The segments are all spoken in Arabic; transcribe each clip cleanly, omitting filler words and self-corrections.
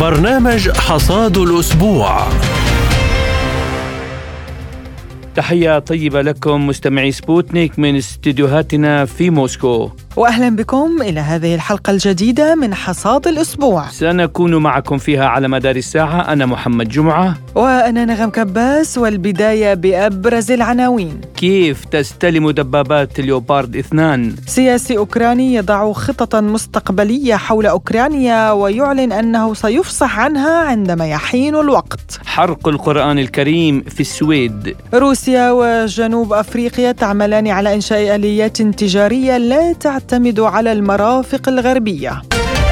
برنامج حصاد الأسبوع. تحية طيبة لكم مستمعي سبوتنيك من استديوهاتنا في موسكو، وأهلا بكم إلى هذه الحلقة الجديدة من حصاد الأسبوع. سنكون معكم فيها على مدار الساعة. أنا محمد جمعة وأنا نغم كباس، والبداية بأبرز العناوين. كيف تستلم دبابات ليوبارد 2؟ سياسي أوكراني يضع خططا مستقبلية حول أوكرانيا ويعلن أنه سيفصح عنها عندما يحين الوقت. حرق القرآن الكريم في السويد. روسيا وجنوب أفريقيا تعملان على إنشاء آليات تجارية لا تعتمد على المرافق الغربية.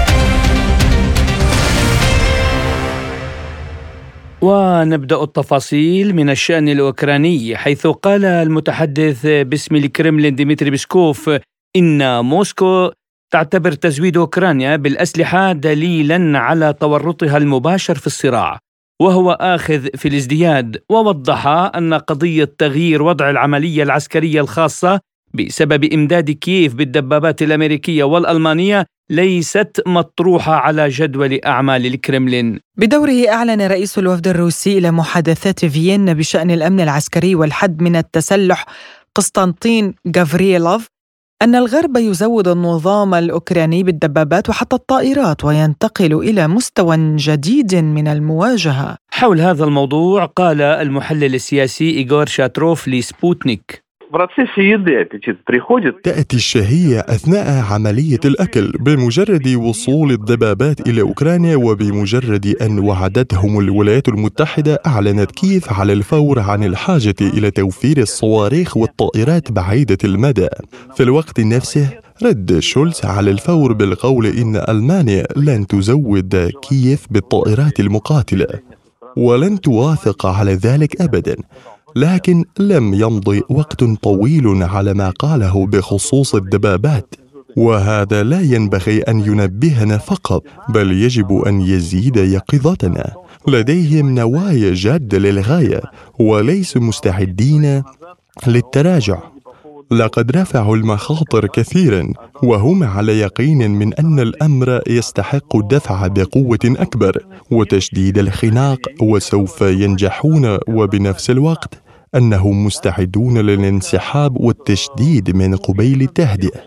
ونبدأ التفاصيل من الشأن الأوكراني، حيث قال المتحدث باسم الكرملين ديمتري بيسكوف إن موسكو تعتبر تزويد أوكرانيا بالأسلحة دليلا على تورطها المباشر في الصراع، وهو آخذ في الازدياد. ووضح أن قضية تغيير وضع العملية العسكرية الخاصة بسبب إمداد كييف بالدبابات الأمريكية والألمانية ليست مطروحة على جدول أعمال الكرملين. بدوره أعلن رئيس الوفد الروسي إلى محادثات فيينا بشأن الأمن العسكري والحد من التسلح قسطنطين غافريلوف أن الغرب يزود النظام الأوكراني بالدبابات وحتى الطائرات وينتقل إلى مستوى جديد من المواجهة. حول هذا الموضوع قال المحلل السياسي إيغور شاتروف لسبوتنيك: تأتي الشهية أثناء عملية الأكل. بمجرد وصول الدبابات إلى أوكرانيا وبمجرد أن وعدتهم الولايات المتحدة، أعلنت كييف على الفور عن الحاجة إلى توفير الصواريخ والطائرات بعيدة المدى. في الوقت نفسه رد شولز على الفور بالقول إن ألمانيا لن تزود كييف بالطائرات المقاتلة ولن توافق على ذلك أبداً. لكن لم يمضي وقت طويل على ما قاله بخصوص الدبابات، وهذا لا ينبغي أن ينبهنا فقط، بل يجب أن يزيد يقظتنا. لديهم نوايا جادة للغاية وليسوا مستعدين للتراجع. لقد رفعوا المخاطر كثيرا وهم على يقين من أن الأمر يستحق الدفع بقوة أكبر وتشديد الخناق، وسوف ينجحون، وبنفس الوقت أنهم مستعدون للانسحاب والتشديد من قبيل التهدئة.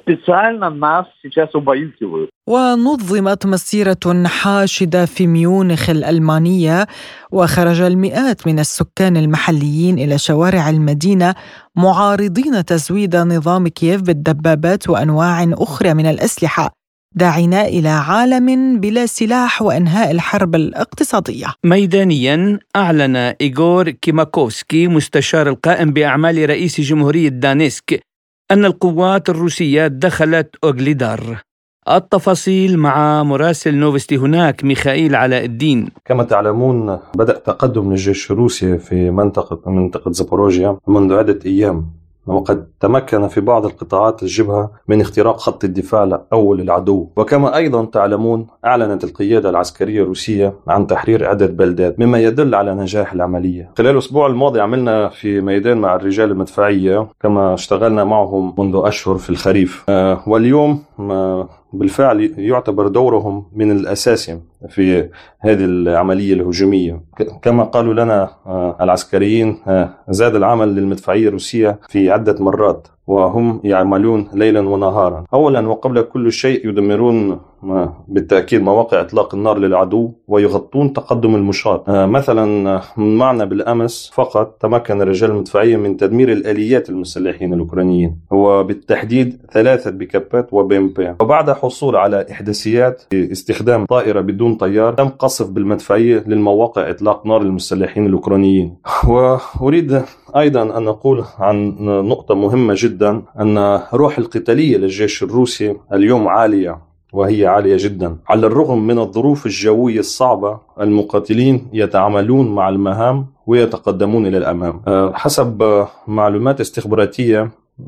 ونظمت مسيرة حاشدة في ميونخ الألمانية، وخرج المئات من السكان المحليين إلى شوارع المدينة معارضين تزويد نظام كييف بالدبابات وأنواع أخرى من الأسلحة، داعين إلى عالم بلا سلاح وإنهاء الحرب الاقتصادية. ميدانيا أعلن إيغور كيماكوفسكي مستشار القائم بأعمال رئيس جمهورية دانيسك أن القوات الروسية دخلت أوغليدار. التفاصيل مع مراسل نوفستي هناك ميخائيل علاء الدين. كما تعلمون بدأ تقدم الجيش الروسي في منطقة زابوروجيا منذ عدة أيام، وقد تمكن في بعض القطاعات الجبهة من اختراق خط الدفاع الأول للعدو. وكما أيضا تعلمون أعلنت القيادة العسكرية الروسية عن تحرير عدة بلدات، مما يدل على نجاح العملية. خلال الأسبوع الماضي عملنا في ميدان مع الرجال المدفعية كما اشتغلنا معهم منذ أشهر في الخريف، واليوم بالفعل يعتبر دورهم من الأساسي في هذه العملية الهجومية. كما قالوا لنا العسكريين، زاد العمل للمدفعية الروسية في عدة مرات، وهم يعملون ليلا ونهارا. أولا وقبل كل شيء يدمرون بالتأكيد مواقع إطلاق النار للعدو ويغطون تقدم المشاة. مثلا معنا بالأمس فقط تمكن الرجال المدفعية من تدمير الآليات المسلحين الأوكرانيين، وبالتحديد 3 بيكابات وبيمبي. وبعد حصول على إحداثيات استخدام طائرة بدون طيار، تم قصف بالمدفعية للمواقع إطلاق نار المسلحين الأوكرانيين. وأريد أيضا أن نقول عن نقطة مهمة جدا، أن روح القتالية للجيش الروسي اليوم عالية، وهي عالية جدا. على الرغم من الظروف الجوية الصعبة، المقاتلين يتعاملون مع المهام ويتقدمون إلى الأمام. حسب معلومات استخباراتية،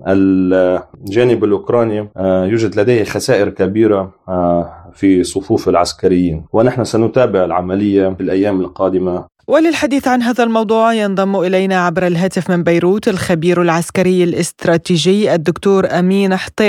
الجانب الأوكراني يوجد لديه خسائر كبيرة في صفوف العسكريين، ونحن سنتابع العملية في الأيام القادمة. وللحديث عن هذا الموضوع ينضم إلينا عبر الهاتف من بيروت الخبير العسكري الاستراتيجي الدكتور أمين حطيط.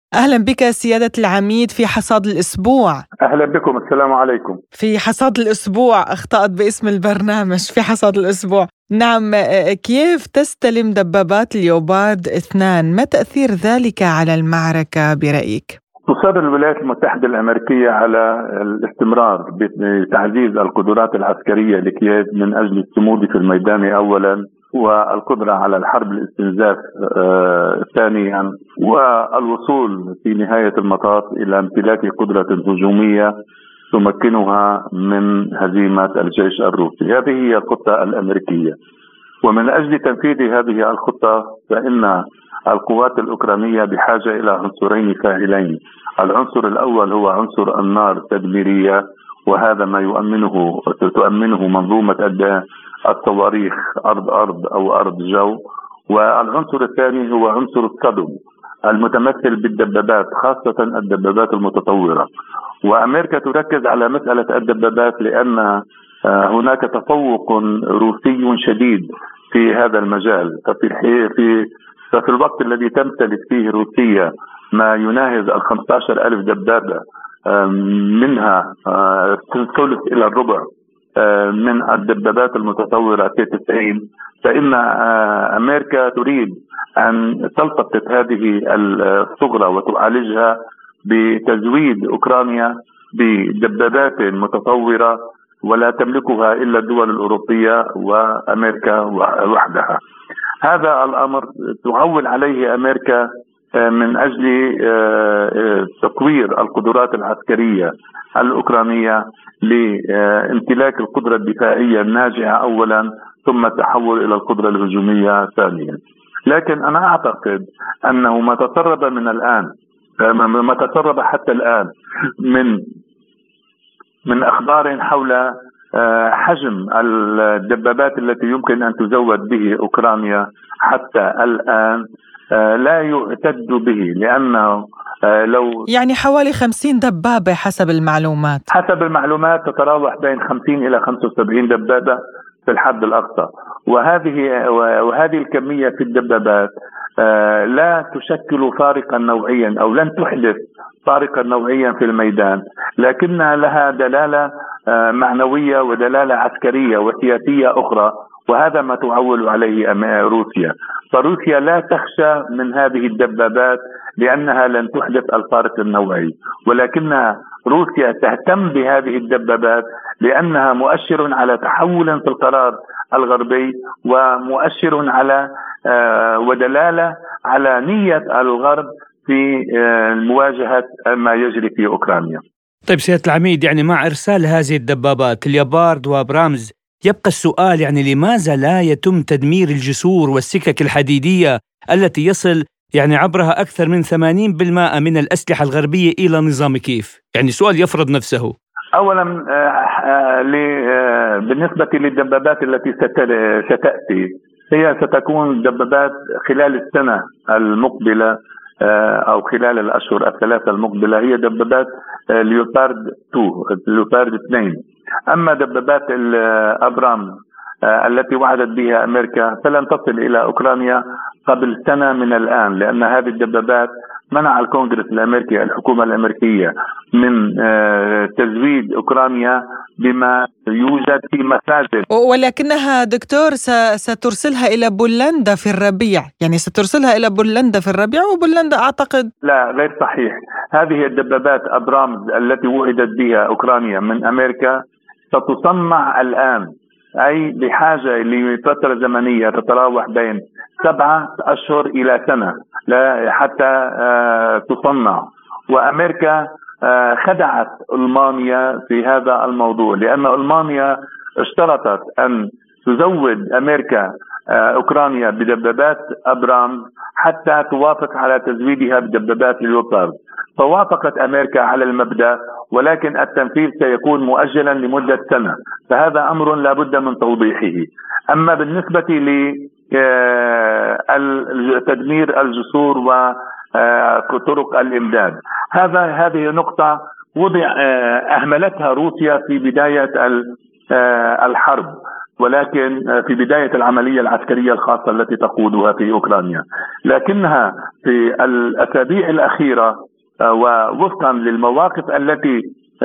أهلا بك سيادة العميد في حصاد الأسبوع. أهلا بكم، السلام عليكم. في حصاد الأسبوع، أخطأت باسم البرنامج، في حصاد الأسبوع. نعم، كييف تستلم دبابات ليوبارد 2، ما تأثير ذلك على المعركة برأيك؟ تصر الولايات المتحدة الأمريكية على الاستمرار بتعزيز القدرات العسكرية لكييف من أجل الصمود في الميدان أولا، والقدرة على الحرب الاستنزاف ثانيا، والوصول في نهاية المطاف إلى امتلاك قدرة هجومية تمكنها من هزيمة الجيش الروسي. هذه هي الخطة الأمريكية، ومن أجل تنفيذ هذه الخطة فإن القوات الأوكرانية بحاجة إلى عنصرين فاعلين. العنصر الأول هو عنصر النار التدميرية، وهذا ما تؤمنه منظومة الصواريخ أرض أو أرض جو. والعنصر الثاني هو عنصر الصدم المتمثل بالدبابات، خاصة الدبابات المتطورة. وأمريكا تركز على مسألة الدبابات لأن هناك تفوق روسي شديد في هذا المجال. ففي الوقت الذي تمتلك فيه روسيا ما يناهز 15,000 دبابة، منها ثلث إلى الربع من الدبابات المتطورة T-90، فإن أمريكا تريد أن تلتقط هذه الثغرة وتعالجها بتزويد أوكرانيا بدبابات متطورة ولا تملكها إلا الدول الأوروبية وأمريكا وحدها. هذا الأمر تعول عليه أمريكا من أجل تطوير القدرات العسكرية الأوكرانية لامتلاك القدرة الدفاعية الناجعة أولا، ثم التحول إلى القدرة الهجومية ثانيا. لكن أنا أعتقد أنه ما تسرب حتى الآن من أخبار حول حجم الدبابات التي يمكن أن تزود به أوكرانيا حتى الآن لا يعتد به، لأنه لو يعني حوالي 50 دبابة حسب المعلومات تتراوح بين 50 إلى 75 دبابة في الحد الأقصى. وهذه الكمية في الدبابات لا تشكل فارقا نوعيا أو لن تحدث فارقا نوعيا في الميدان، لكنها لها دلالة معنوية ودلالة عسكرية وسياسية أخرى، وهذا ما تعول عليه روسيا. فروسيا لا تخشى من هذه الدبابات لأنها لن تحدث الفارق النوعي، ولكن روسيا تهتم بهذه الدبابات لأنها مؤشر على تحول في القرار الغربي، ومؤشر على ودلالة على نية الغرب في مواجهة ما يجري في أوكرانيا. طيب سيادة العميد، يعني مع إرسال هذه الدبابات ليوبارد وبرامز يبقى السؤال، يعني لماذا لا يتم تدمير الجسور والسكك الحديدية التي يصل يعني عبرها أكثر من 80% من الأسلحة الغربية إلى نظام كييف؟ يعني سؤال يفرض نفسه. أولا بالنسبة للدبابات التي ستأتي، هي ستكون دبابات خلال السنة المقبلة أو خلال الأشهر الثلاثة المقبلة، هي دبابات ليوبارد 2. أما دبابات الأبرام التي وعدت بها أمريكا فلن تصل إلى أوكرانيا قبل سنة من الآن، لأن هذه الدبابات منع الكونغرس الأمريكي الحكومة الأمريكية من تزويد أوكرانيا بما يوجد في مخازن. ولكنها دكتور سترسلها إلى بولندا في الربيع، يعني سترسلها إلى بولندا في الربيع، وبولندا أعتقد لا، غير صحيح. هذه الدبابات أبرامز التي وعدت بها أوكرانيا من أمريكا ستصنع الآن، أي بحاجة لفترة زمنية تتراوح بين 7 أشهر إلى سنة حتى تصنع. وأمريكا خدعت ألمانيا في هذا الموضوع، لأن ألمانيا اشترطت أن تزود أمريكا أوكرانيا بدبابات أبرام حتى توافق على تزويدها بدبابات ليوبارد، فوافقت أمريكا على المبدأ، ولكن التنفيذ سيكون مؤجلا لمدة سنة، فهذا أمر لا بد من توضيحه. أما بالنسبة لتدمير الجسور وطرق الإمداد، هذه نقطة أهملتها روسيا في بداية الحرب، ولكن في بداية العملية العسكرية الخاصة التي تقودها في أوكرانيا. لكنها في الأسابيع الأخيرة ووفقا للمواقف التي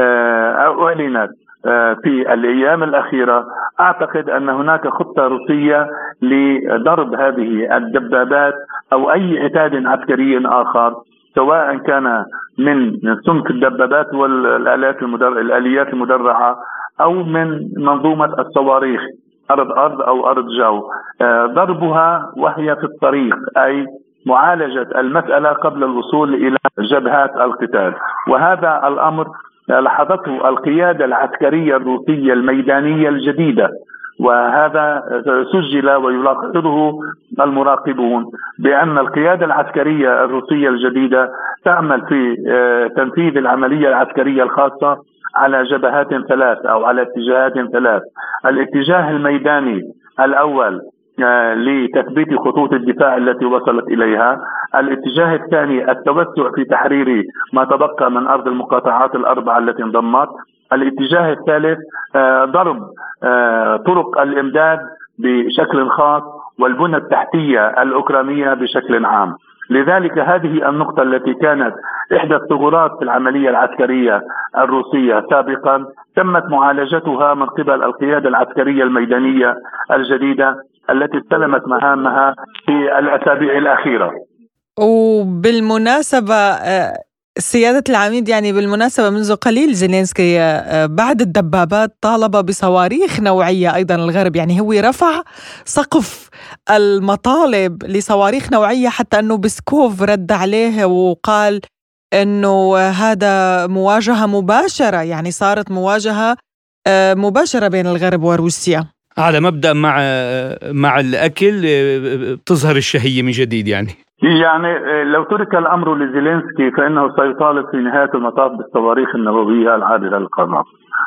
أعلنت في الأيام الأخيرة، أعتقد أن هناك خطة روسية لضرب هذه الدبابات أو أي عتاد عسكري آخر، سواء كان من سمك الدبابات والآليات المدرعة أو من منظومة الصواريخ أرض أو أرض جو، ضربها وهي في الطريق، أي معالجة المسألة قبل الوصول إلى جبهات القتال. وهذا الأمر لاحظته القيادة العسكرية الروسية الميدانية الجديدة، وهذا سجل ويلاحظه المراقبون بأن القيادة العسكرية الروسية الجديدة تعمل في تنفيذ العملية العسكرية الخاصة على جبهات ثلاث أو على اتجاهات ثلاث. الاتجاه الميداني الأول لتثبيت خطوط الدفاع التي وصلت إليها، الاتجاه الثاني التوسع في تحرير ما تبقى من أرض المقاطعات الأربعة التي انضمت، الاتجاه الثالث ضرب طرق الإمداد بشكل خاص والبنى التحتية الأوكرانية بشكل عام. لذلك هذه النقطة التي كانت إحدى الثغرات في العملية العسكرية الروسية سابقا تمت معالجتها من قبل القيادة العسكرية الميدانية الجديدة التي استلمت مهامها في الأسابيع الأخيرة. وبالمناسبة سيادة العميد، يعني بالمناسبة منذ قليل زيلينسكي بعد الدبابات طالب بصواريخ نوعية أيضا الغرب، يعني هو رفع سقف المطالب لصواريخ نوعية حتى أنه بسكوف رد عليه وقال أنه هذا مواجهة مباشرة، يعني صارت مواجهة مباشرة بين الغرب وروسيا. على مبدأ مع الأكل تظهر الشهية من جديد. يعني لو ترك الأمر لزيلينسكي فإنه سيطالب في نهاية المطاف بالصواريخ النووية العابرة للقارات.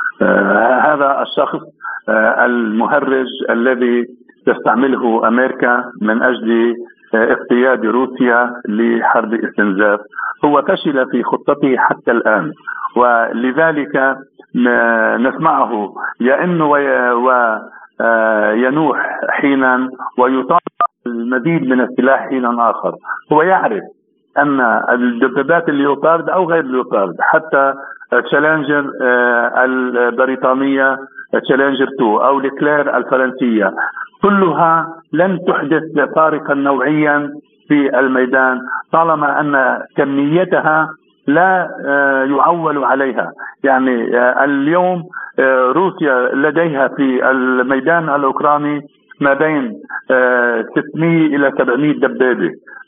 هذا الشخص المهرج الذي تستعمله أمريكا من أجل اقتياد روسيا لحرب استنزاف هو فشل في خطته حتى الآن، ولذلك نسمعه يئن وينوح حينا ويطالب المزيد من السلاح حينا آخر. هو يعرف أن الدبابات الليوبارد أو غير الليوبارد، حتى تشالنجر البريطانية تشالنجر 2 أو لكلير الفرنسية، كلها لن تحدث فارقا نوعيا في الميدان طالما أن كميتها لا يعول عليها. يعني اليوم روسيا لديها في الميدان الأوكراني ما بين 600 إلى 700 دبابة،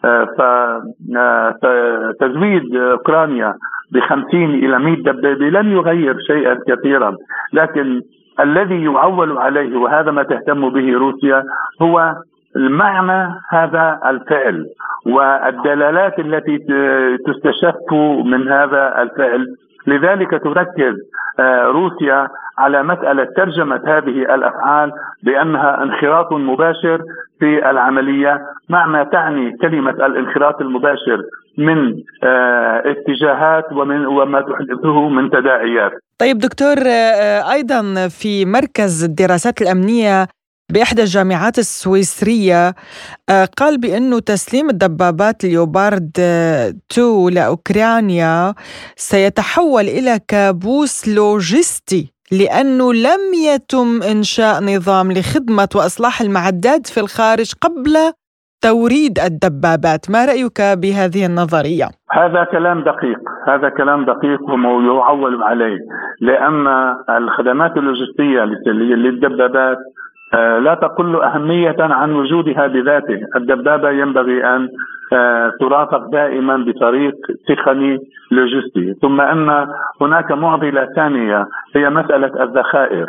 فتزويد أوكرانيا ب50 إلى 100 دبابة لن يغير شيئا كثيرا، لكن الذي يعول عليه وهذا ما تهتم به روسيا هو المعنى هذا الفعل والدلالات التي تستشف من هذا الفعل. لذلك تركز روسيا على مسألة ترجمة هذه الأفعال بأنها انخراط مباشر في العملية، مع تعني كلمة الانخراط المباشر من اتجاهات وما تحدثه من تداعيات. طيب دكتور، أيضا في مركز الدراسات الأمنية بإحدى الجامعات السويسرية قال بأنه تسليم الدبابات ليوبارد 2 لأوكرانيا سيتحول إلى كابوس لوجستي، لأنه لم يتم إنشاء نظام لخدمة وإصلاح المعدات في الخارج قبل توريد الدبابات. ما رأيك بهذه النظرية؟ هذا كلام دقيق ويعول عليه، لأن الخدمات اللوجستية للدبابات لا تقل أهمية عن وجودها بذاته. الدبابة ينبغي أن ترافق دائما بطريق تقني لوجستي، ثم أن هناك معضلة ثانية هي مسألة الذخائر.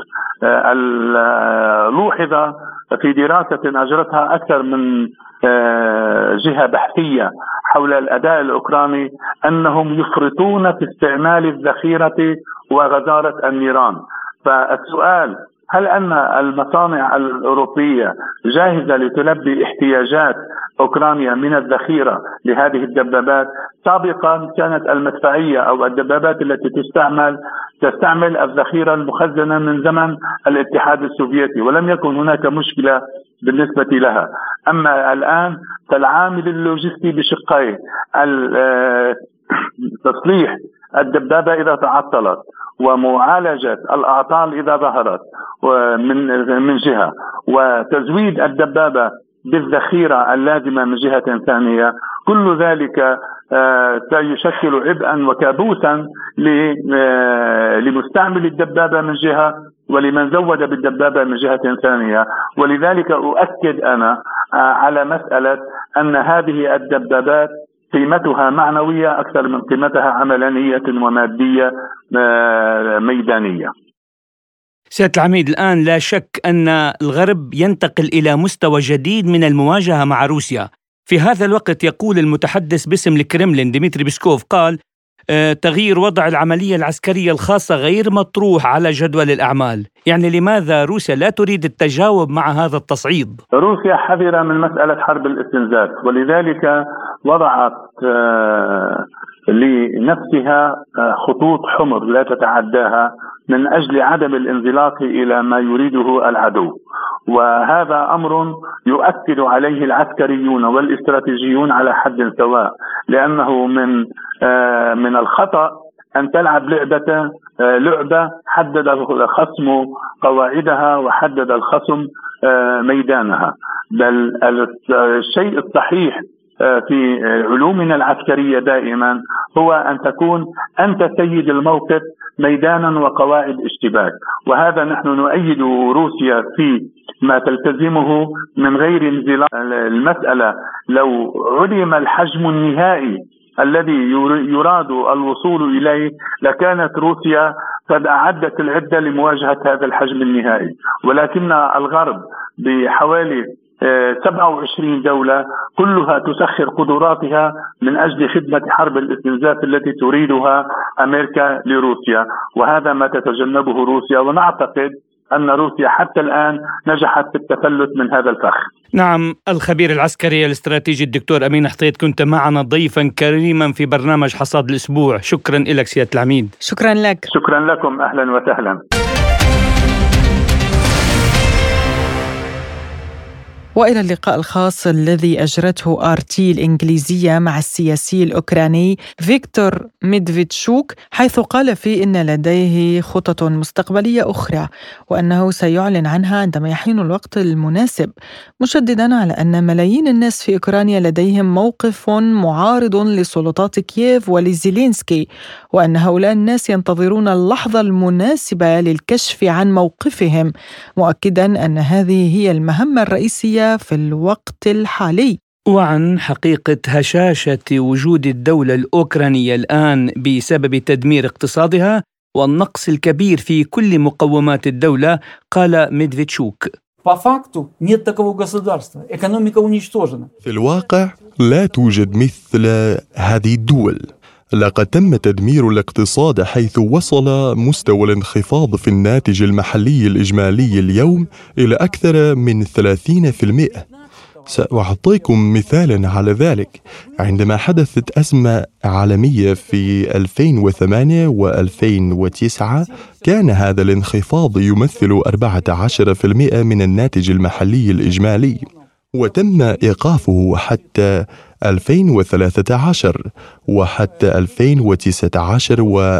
لوحظ في دراسة أجرتها أكثر من جهة بحثية حول الأداء الأوكراني أنهم يفرطون في استعمال الذخيرة وغزارة النيران. فالسؤال هل أن المصانع الأوروبية جاهزة لتلبي احتياجات أوكرانيا من الذخيرة لهذه الدبابات؟ سابقا كانت المدفعية أو الدبابات التي تستعمل الذخيرة المخزنة من زمن الاتحاد السوفيتي، ولم يكن هناك مشكلة بالنسبة لها. أما الآن فالعامل اللوجستي بشقيه، تصليح الدبابة إذا تعطلت ومعالجة الأعطال إذا ظهرت من جهة، وتزويد الدبابة بالذخيرة اللازمة من جهة ثانية، كل ذلك سيشكل عبئا وكابوسا لمستعمل الدبابة من جهة ولمن زود بالدبابة من جهة ثانية. ولذلك أؤكد أنا على مسألة أن هذه الدبابات قيمتها معنوية أكثر من قيمتها عملانية ومادية ميدانية. سيادة العميد، الآن لا شك أن الغرب ينتقل إلى مستوى جديد من المواجهة مع روسيا. في هذا الوقت يقول المتحدث باسم الكرملين ديمتري بيسكوف قال تغيير وضع العملية العسكرية الخاصة غير مطروح على جدول الأعمال. يعني لماذا روسيا لا تريد التجاوب مع هذا التصعيد؟ روسيا حذرة من مسألة حرب الاستنزاف، ولذلك وضعت لنفسها خطوط حمر لا تتعداها من أجل عدم الانزلاق إلى ما يريده العدو، وهذا أمر يؤكد عليه العسكريون والاستراتيجيون على حد سواء، لأنه من الخطأ أن تلعب لعبة حدد الخصم قواعدها وحدد الخصم ميدانها. بل الشيء الصحيح في علومنا العسكرية دائما هو أن تكون أنت سيد الموقف ميدانا وقواعد اشتباك، وهذا نحن نؤيد روسيا في ما تلتزمه من غير انزلاق. المسألة لو علم الحجم النهائي الذي يراد الوصول إليه لكانت روسيا قد أعدت العدة لمواجهة هذا الحجم النهائي، ولكن الغرب بحوالي 27 دولة كلها تسخر قدراتها من أجل خدمة حرب الاستنزاف التي تريدها أمريكا لروسيا، وهذا ما تتجنبه روسيا، ونعتقد أن روسيا حتى الآن نجحت في التفلت من هذا الفخ. نعم، الخبير العسكري الاستراتيجي الدكتور أمين حطيت كنت معنا ضيفا كريما في برنامج حصاد الأسبوع. شكرا لك سيادة العميد. شكرا لك. شكرا لكم، أهلا وسهلا. وإلى اللقاء الخاص الذي أجرته آرتي الإنجليزية مع السياسي الأوكراني فيكتور ميدفيتشوك، حيث قال فيه إن لديه خطط مستقبلية أخرى وأنه سيعلن عنها عندما يحين الوقت المناسب، مشددا على أن ملايين الناس في أوكرانيا لديهم موقف معارض لسلطات كييف ولزيلينسكي، وأن هؤلاء الناس ينتظرون اللحظة المناسبة للكشف عن موقفهم، مؤكدا أن هذه هي المهمة الرئيسية في الوقت الحالي. وعن حقيقة هشاشة وجود الدولة الأوكرانية الآن بسبب تدمير اقتصادها والنقص الكبير في كل مقومات الدولة، قال ميدفيتشوك: في الواقع لا توجد مثل هذه الدول. لقد تم تدمير الاقتصاد حيث وصل مستوى الانخفاض في الناتج المحلي الإجمالي اليوم إلى أكثر من 30%. سأعطيكم مثالا على ذلك. عندما حدثت أزمة عالمية في 2008 و2009 كان هذا الانخفاض يمثل 14% من الناتج المحلي الإجمالي، وتم إيقافه حتى 2013 وحتى 2019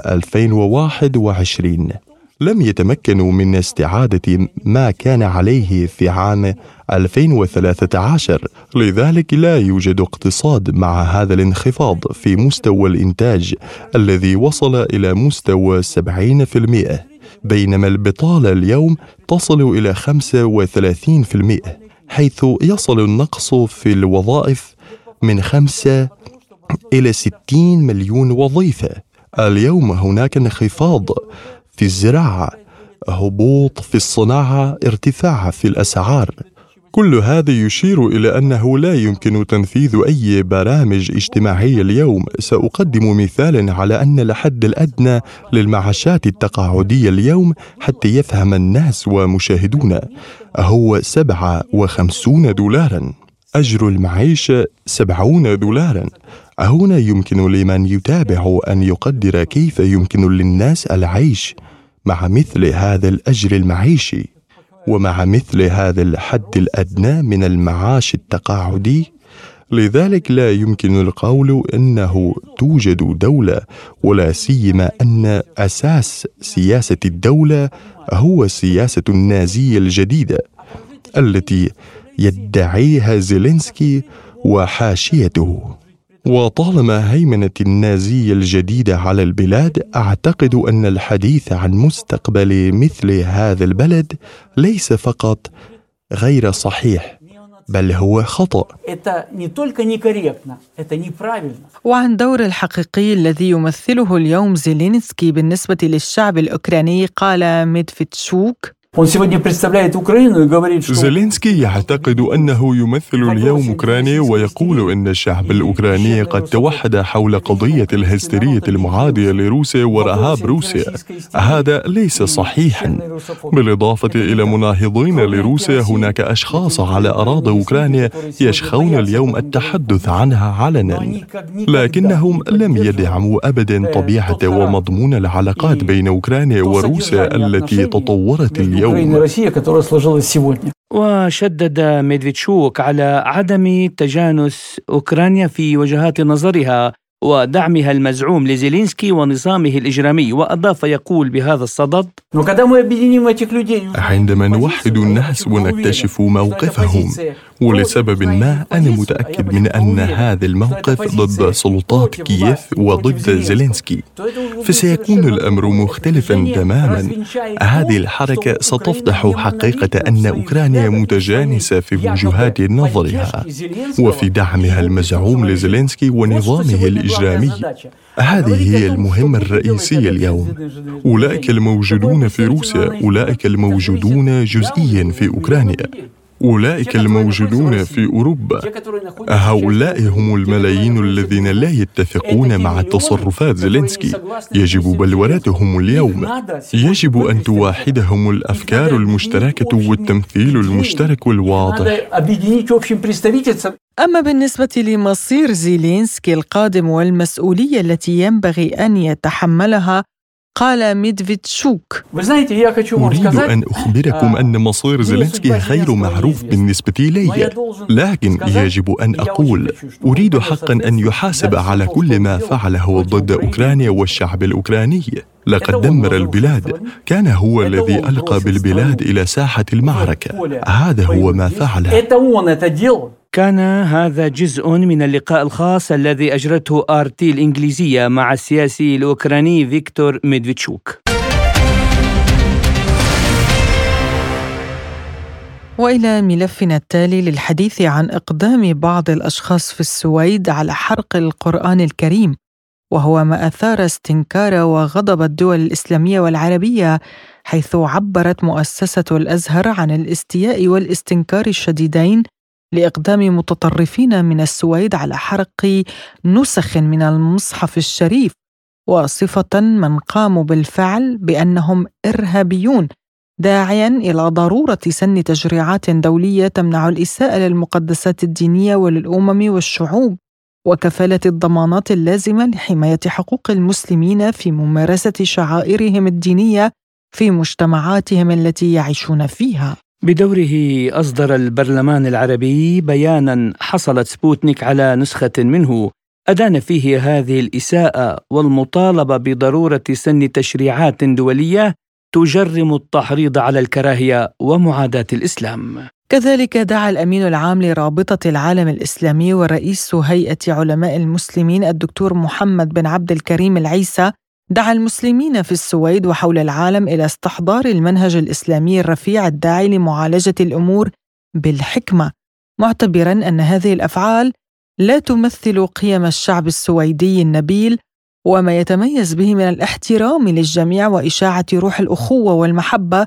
و2021. لم يتمكنوا من استعادة ما كان عليه في عام 2013، لذلك لا يوجد اقتصاد مع هذا الانخفاض في مستوى الإنتاج الذي وصل إلى مستوى 70%، بينما البطالة اليوم تصل إلى 35%، حيث يصل النقص في الوظائف من 5 إلى 60 مليون وظيفة. اليوم هناك انخفاض في الزراعة، هبوط في الصناعة، ارتفاع في الأسعار، كل هذا يشير إلى أنه لا يمكن تنفيذ أي برامج اجتماعية اليوم. سأقدم مثالا على أن الحد الأدنى للمعاشات التقاعدية اليوم حتى يفهم الناس ومشاهدونا هو 57 دولارا. أجر المعيشة 70 دولارا. هنا يمكن لمن يتابع أن يقدر كيف يمكن للناس العيش مع مثل هذا الأجر المعيشي ومع مثل هذا الحد الأدنى من المعاش التقاعدي. لذلك لا يمكن القول إنه توجد دولة، ولا سيما أن أساس سياسة الدولة هو السياسة النازية الجديدة التي يدعيها زيلينسكي وحاشيته. وطالما هيمنت النازية الجديدة على البلاد، أعتقد أن الحديث عن مستقبل مثل هذا البلد ليس فقط غير صحيح، بل هو خطأ. وعن دور الحقيقي الذي يمثله اليوم زيلينسكي بالنسبة للشعب الأوكراني قال ميدفيدتشوك: زيلينسكي يعتقد أنه يمثل اليوم أوكرانيا ويقول إن الشعب الأوكراني قد توحد حول قضية الهستيرية المعادية لروسيا ورهاب روسيا. هذا ليس صحيحا. بالإضافة إلى مناهضين لروسيا، هناك أشخاص على أراضي أوكرانيا يشخون اليوم التحدث عنها علنا، لكنهم لم يدعموا أبدا طبيعة ومضمون العلاقات بين أوكرانيا وروسيا التي تطورت اليوم. وشدد ميدفيدتشوك على عدم تجانس أوكرانيا في وجهات نظرها ودعمها المزعوم لزيلينسكي ونظامه الإجرامي، وأضاف يقول بهذا الصدد: عندما نوحد الناس ونكتشف موقفهم، ولسبب ما أنا متأكد من أن هذا الموقف ضد سلطات كييف وضد زيلينسكي، فسيكون الأمر مختلفا تماما. هذه الحركة ستفضح حقيقة أن أوكرانيا متجانسة في وجهات نظرها وفي دعمها المزعوم لزيلينسكي ونظامه الإجرامي. هذه هي المهمة الرئيسية اليوم. أولئك الموجودون في روسيا، أولئك الموجودون جزئيا في أوكرانيا، أولئك الموجودون في أوروبا، هؤلاء هم الملايين الذين لا يتفقون مع تصرفات زيلينسكي. يجب بلورتهم اليوم. يجب أن توحدهم الأفكار المشتركة والتمثيل المشترك الواضح. أما بالنسبة لمصير زيلينسكي القادم والمسؤولية التي ينبغي أن يتحملها، قال ميدفيدتشوك: أريد أن أخبركم أن مصير زيلينسكي غير معروف بالنسبة لي، لكن يجب أن أقول أريد حقا أن يحاسب على كل ما فعله ضد أوكرانيا والشعب الأوكراني. لقد دمر البلاد، كان هو الذي ألقى بالبلاد إلى ساحة المعركة. هذا هو ما فعله. كان هذا جزء من اللقاء الخاص الذي أجرته RT الإنجليزية مع السياسي الأوكراني فيكتور ميدفيدتشوك. وإلى ملفنا التالي للحديث عن إقدام بعض الأشخاص في السويد على حرق القرآن الكريم، وهو ما أثار استنكار وغضب الدول الإسلامية والعربية، حيث عبرت مؤسسة الأزهر عن الاستياء والاستنكار الشديدين لإقدام متطرفين من السويد على حرق نسخ من المصحف الشريف، وصفة من قاموا بالفعل بأنهم إرهابيون، داعياً إلى ضرورة سن تشريعات دولية تمنع الإساءة للمقدسات الدينية وللأمم والشعوب، وكفالة الضمانات اللازمة لحماية حقوق المسلمين في ممارسة شعائرهم الدينية في مجتمعاتهم التي يعيشون فيها. بدوره أصدر البرلمان العربي بياناً حصلت سبوتنيك على نسخة منه أدان فيه هذه الإساءة والمطالبة بضرورة سن تشريعات دولية تجرم التحريض على الكراهية ومعاداة الإسلام. كذلك دعا الأمين العام لرابطة العالم الإسلامي ورئيس هيئة علماء المسلمين الدكتور محمد بن عبد الكريم العيسى، دعا المسلمين في السويد وحول العالم إلى استحضار المنهج الإسلامي الرفيع الداعي لمعالجة الأمور بالحكمة، معتبراً أن هذه الأفعال لا تمثل قيم الشعب السويدي النبيل وما يتميز به من الاحترام للجميع وإشاعة روح الأخوة والمحبة،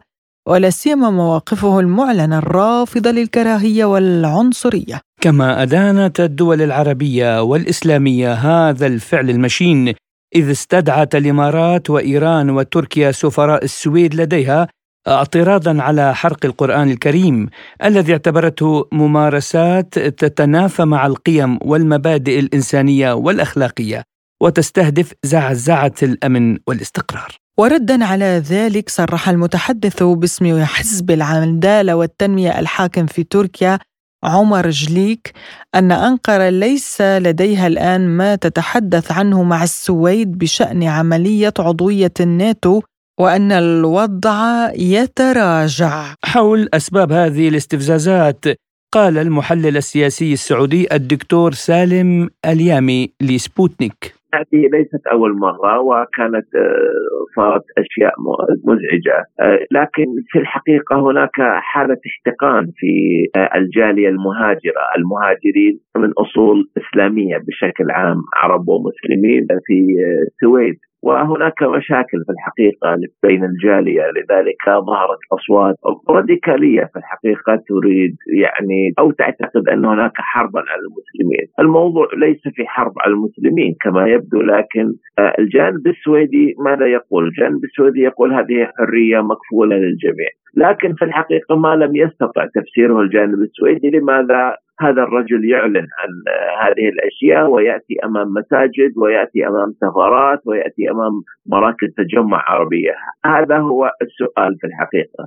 ولا سيما مواقفه المعلنة الرافضة للكراهية والعنصرية. كما أدانت الدول العربية والإسلامية هذا الفعل المشين، إذ استدعت الإمارات وإيران وتركيا سفراء السويد لديها اعتراضا على حرق القرآن الكريم الذي اعتبرته ممارسات تتنافى مع القيم والمبادئ الإنسانية والأخلاقية وتستهدف زعزعة الأمن والاستقرار. وردا على ذلك صرح المتحدث باسم حزب العدالة والتنمية الحاكم في تركيا عمر جليك أن أنقرة ليس لديها الآن ما تتحدث عنه مع السويد بشأن عملية عضوية الناتو، وأن الوضع يتراجع. حول أسباب هذه الاستفزازات قال المحلل السياسي السعودي الدكتور سالم اليامي لسبوتنيك: هذه ليست أول مرة، وكانت صارت أشياء مزعجة، لكن في الحقيقة هناك حالة احتقان في الجالية المهاجرين من أصول إسلامية بشكل عام، عرب ومسلمين في السويد، وهناك مشاكل في الحقيقة بين الجالية. لذلك ظهرت أصوات راديكالية في الحقيقة تريد أو تعتقد أن هناك حربا على المسلمين. الموضوع ليس في حرب على المسلمين كما يبدو، لكن الجانب السويدي ماذا يقول؟ الجانب السويدي يقول هذه حرية مكفولة للجميع، لكن في الحقيقة ما لم يستطع تفسيره الجانب السويدي لماذا هذا الرجل يعلن عن هذه الأشياء ويأتي أمام مساجد ويأتي أمام سفارات ويأتي أمام مراكز تجمع عربية. هذا هو السؤال في الحقيقة.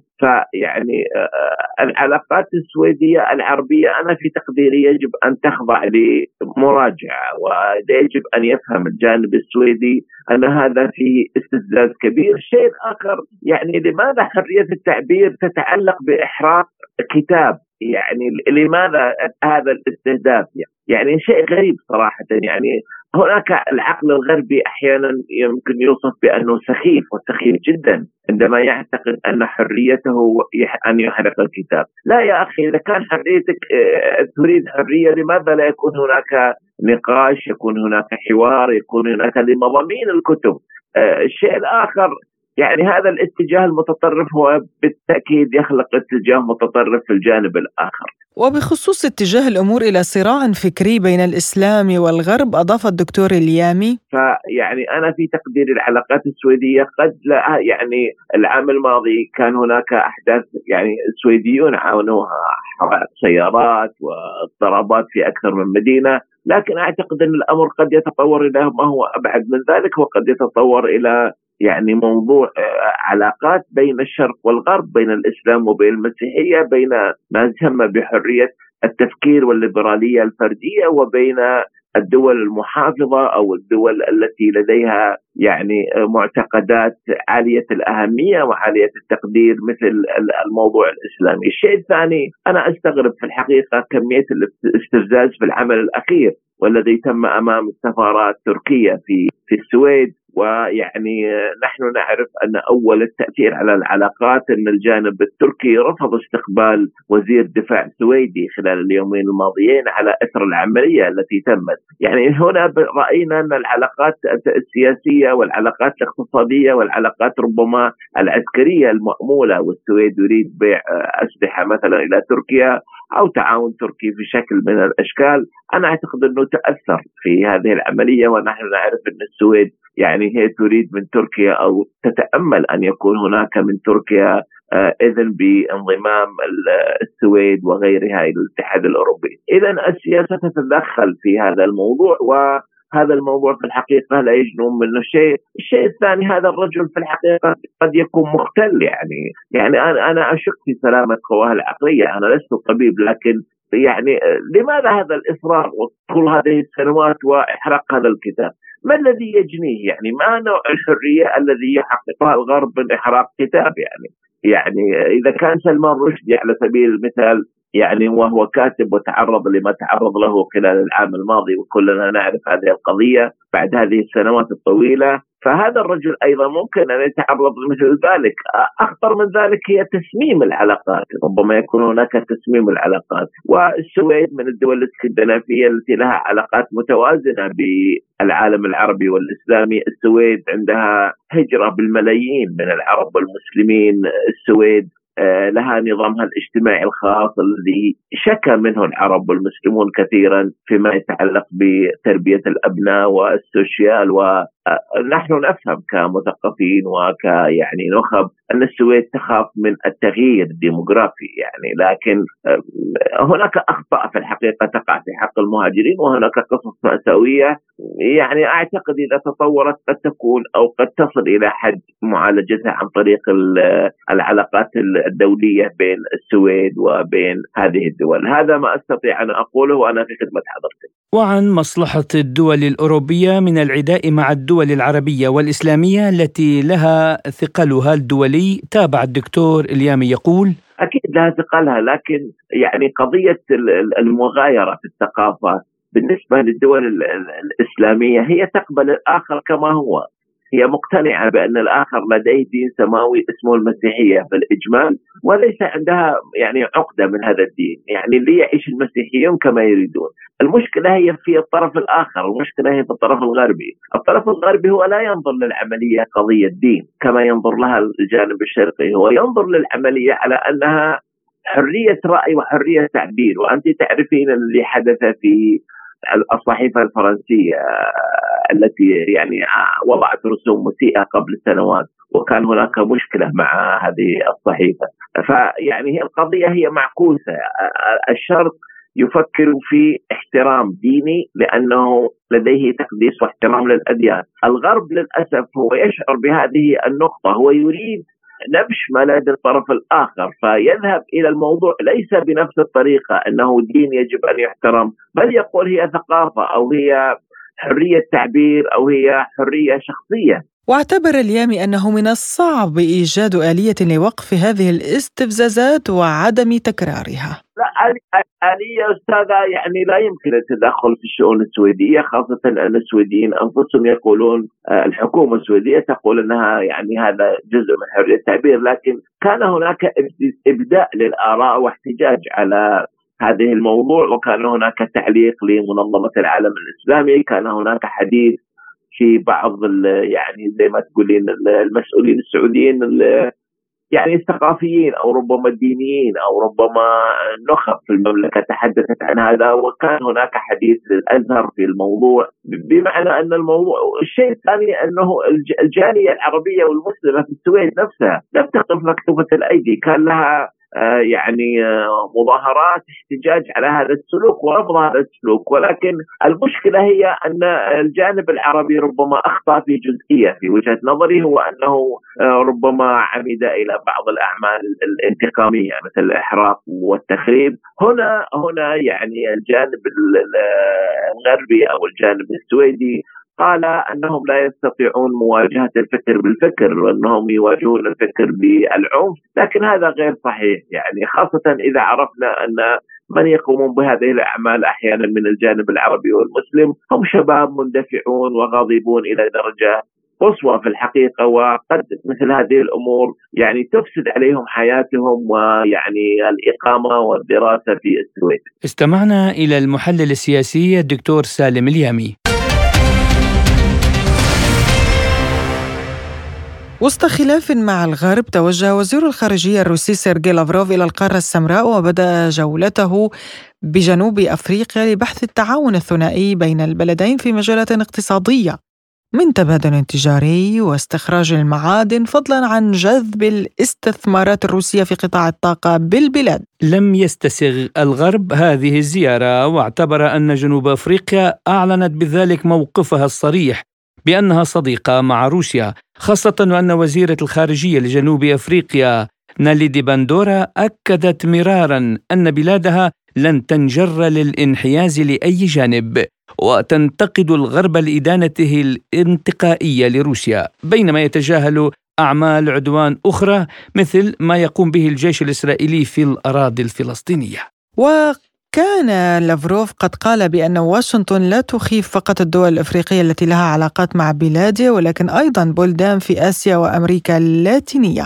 العلاقات السويدية العربية أنا في تقديري يجب أن تخضع لمراجعة، ويجب أن يفهم الجانب السويدي أن هذا فيه استفزاز كبير. شيء آخر لماذا حرية التعبير تتعلق بإحراق كتاب؟ لماذا هذا الاستهداف؟ شيء غريب صراحة. هناك العقل الغربي أحيانا يمكن يوصف بأنه سخيف، وسخيف جدا عندما يعتقد أن حريته أن يحرق الكتاب. لا يا أخي، إذا كان حريتك تريد حرية، لماذا لا يكون هناك نقاش، يكون هناك حوار، يكون هناك لمضامين الكتب. الشيء الآخر هذا الاتجاه المتطرف هو بالتأكيد يخلق اتجاه متطرف في الجانب الآخر. وبخصوص اتجاه الأمور إلى صراع فكري بين الإسلام والغرب، أضاف الدكتور اليامي: أنا في تقدير العلاقات السويدية قد لا العام الماضي كان هناك أحداث السويديون عاونوها، حرائق سيارات واضطرابات في أكثر من مدينة، لكن أعتقد أن الأمر قد يتطور إلى ما هو أبعد من ذلك، وقد يتطور إلى موضوع علاقات بين الشرق والغرب، بين الإسلام وبين المسيحية، بين ما يسمى بحرية التفكير والليبرالية الفردية، وبين الدول المحافظة أو الدول التي لديها معتقدات عالية الأهمية وعالية التقدير مثل الموضوع الإسلامي. الشيء الثاني، أنا أستغرب في الحقيقة كمية الاستفزاز في العمل الأخير والذي تم أمام السفارات التركية في السويد. نحن نعرف أن أول التأثير على العلاقات أن الجانب التركي رفض استقبال وزير دفاع سويدي خلال اليومين الماضيين على أثر العملية التي تمت. هنا رأينا أن العلاقات السياسية والعلاقات الاقتصادية والعلاقات ربما العسكرية المأمولة، والسويد يريد بيع أسلحة مثلا إلى تركيا أو تعاون تركي في شكل من الأشكال، أنا أعتقد أنه تأثر في هذه العملية. ونحن نعرف أن السويد هي تريد من تركيا أو تتأمل أن يكون هناك من تركيا إذن بانضمام السويد وغيرها إلى الاتحاد الأوروبي. إذن السياسة تتدخل في هذا الموضوع، وهذا الموضوع في الحقيقة لا يجنون منه شيء. الشيء الثاني، هذا الرجل في الحقيقة قد يكون مختل. أنا أشك في سلامة قواه العقلية. أنا لست طبيب، لكن لماذا هذا الإصرار وطول هذه السنوات وإحراق هذا الكتاب؟ ما الذي يجنيه؟ ما نوع الحرية الذي يحققها الغرب من إحراق كتاب؟ إذا كان سلمان رشدي على سبيل المثال وهو كاتب وتعرض لما تعرض له خلال العام الماضي، وكلنا نعرف هذه القضية بعد هذه السنوات الطويلة، فهذا الرجل أيضا ممكن أن يتعرض لمثل ذلك. أخطر من ذلك هي تسميم العلاقات، ربما يكون هناك تسميم العلاقات. والسويد من الدول الاسكندنافية التي لها علاقات متوازنة بالعالم العربي والإسلامي. السويد عندها هجرة بالملايين من العرب والمسلمين. السويد لها نظامها الاجتماعي الخاص الذي شكى منه العرب والمسلمون كثيرا فيما يتعلق بتربية الأبناء والسوشيال. ونحن نفهم كمثقفين يعني نخب أن السويد تخاف من التغيير الديموغرافي لكن هناك أخطاء في الحقيقة تقع في حق المهاجرين، وهناك قصص مأساوية أعتقد إذا تطورت قد تكون أو قد تصل إلى حد معالجتها عن طريق العلاقات الدولية بين السويد وبين هذه الدول. هذا ما أستطيع أن أقوله وأنا في خدمة حضرتك. وعن مصلحة الدول الأوروبية من العداء مع الدول العربية والإسلامية التي لها ثقلها الدولي، تابع الدكتور اليامي يقول: أكيد لها ثقلها، لكن قضية المغايرة في الثقافة بالنسبة للدول الإسلامية هي تقبل الآخر كما هو، هي مقتنعة بأن الآخر لديه دين سماوي اسمه المسيحية بالإجمال، وليس عندها عقدة من هذا الدين، اللي يعيش المسيحيون كما يريدون. المشكلة هي في الطرف الآخر، المشكلة هي في الطرف الغربي. الطرف الغربي هو لا ينظر للعملية قضية دين كما ينظر لها الجانب الشرقي، هو ينظر للعملية على أنها حرية رأي وحرية تعبير. وأنت تعرفين اللي حدث في الصحيفة الفرنسية التي وضعت رسوم مسيئة قبل سنوات، وكان هناك مشكلة مع هذه الصحيفة. هي القضية هي معكوسة. الشرق يفكر في احترام ديني لأنه لديه تقديس واحترام للأديان. الغرب للأسف هو يشعر بهذه النقطة، هو يريد نبش ملاذ الطرف الآخر، فيذهب إلى الموضوع ليس بنفس الطريقة أنه دين يجب أن يحترم، بل يقول هي ثقافة أو هي حرية تعبير أو هي حرية شخصية. واعتبر اليامي أنه من الصعب إيجاد آلية لوقف هذه الاستفزازات وعدم تكرارها. لا، آلية أستاذة لا يمكن التدخل في الشؤون السويدية، خاصة أن السويديين أنفسهم يقولون، الحكومة السويدية تقول أنها هذا جزء من حرية التعبير، لكن كان هناك إبداء للآراء واحتجاج على هذه الموضوع، وكان هناك تعليق لمنظمة العالم الإسلامي، كان هناك حديث في بعض زي ما تقولين المسؤولين السعوديين الثقافيين أو ربما الدينيين أو ربما نخب في المملكة تحدثت عن هذا، وكان هناك حديث للأزهر في الموضوع، بمعنى أن الموضوع. الشيء الثاني أنه الجالية العربية والمسلمة في السويد نفسها لم تقف مكتوفة الأيدي، كان لها مظاهرات احتجاج على هذا السلوك ورفض هذا السلوك. ولكن المشكلة هي أن الجانب العربي ربما أخطأ في جزئية في وجهة نظري، هو أنه ربما عمد إلى بعض الأعمال الانتقامية مثل الإحراق والتخريب. هنا الجانب الغربي أو الجانب السويدي قال أنهم لا يستطيعون مواجهة الفكر بالفكر، وأنهم يواجهون الفكر بالعنف، لكن هذا غير صحيح، خاصة إذا عرفنا أن من يقومون بهذه الأعمال أحيانا من الجانب العربي والمسلم هم شباب مندفعون وغاضبون إلى درجة قصوى في الحقيقة، وقد مثل هذه الأمور تفسد عليهم حياتهم الإقامة والدراسة في السويد. استمعنا إلى المحلل السياسي الدكتور سالم اليامي. وسط خلاف مع الغرب، توجه وزير الخارجية الروسي سيرجي لافروف إلى القارة السمراء، وبدأ جولته بجنوب أفريقيا لبحث التعاون الثنائي بين البلدين في مجالات اقتصادية، من تبادل تجاري واستخراج المعادن، فضلا عن جذب الاستثمارات الروسية في قطاع الطاقة بالبلاد. لم يستسغ الغرب هذه الزيارة، واعتبر أن جنوب أفريقيا أعلنت بذلك موقفها الصريح بأنها صديقة مع روسيا، خاصة وأن وزيرة الخارجية لجنوب أفريقيا ناليدي باندورا أكدت مرارا أن بلادها لن تنجر للانحياز لأي جانب، وتنتقد الغرب لإدانته الانتقائية لروسيا، بينما يتجاهل أعمال عدوان أخرى مثل ما يقوم به الجيش الإسرائيلي في الأراضي الفلسطينية. كان لافروف قد قال بأن واشنطن لا تخيف فقط الدول الأفريقية التي لها علاقات مع بلاده، ولكن أيضا بلدان في آسيا وأمريكا اللاتينية.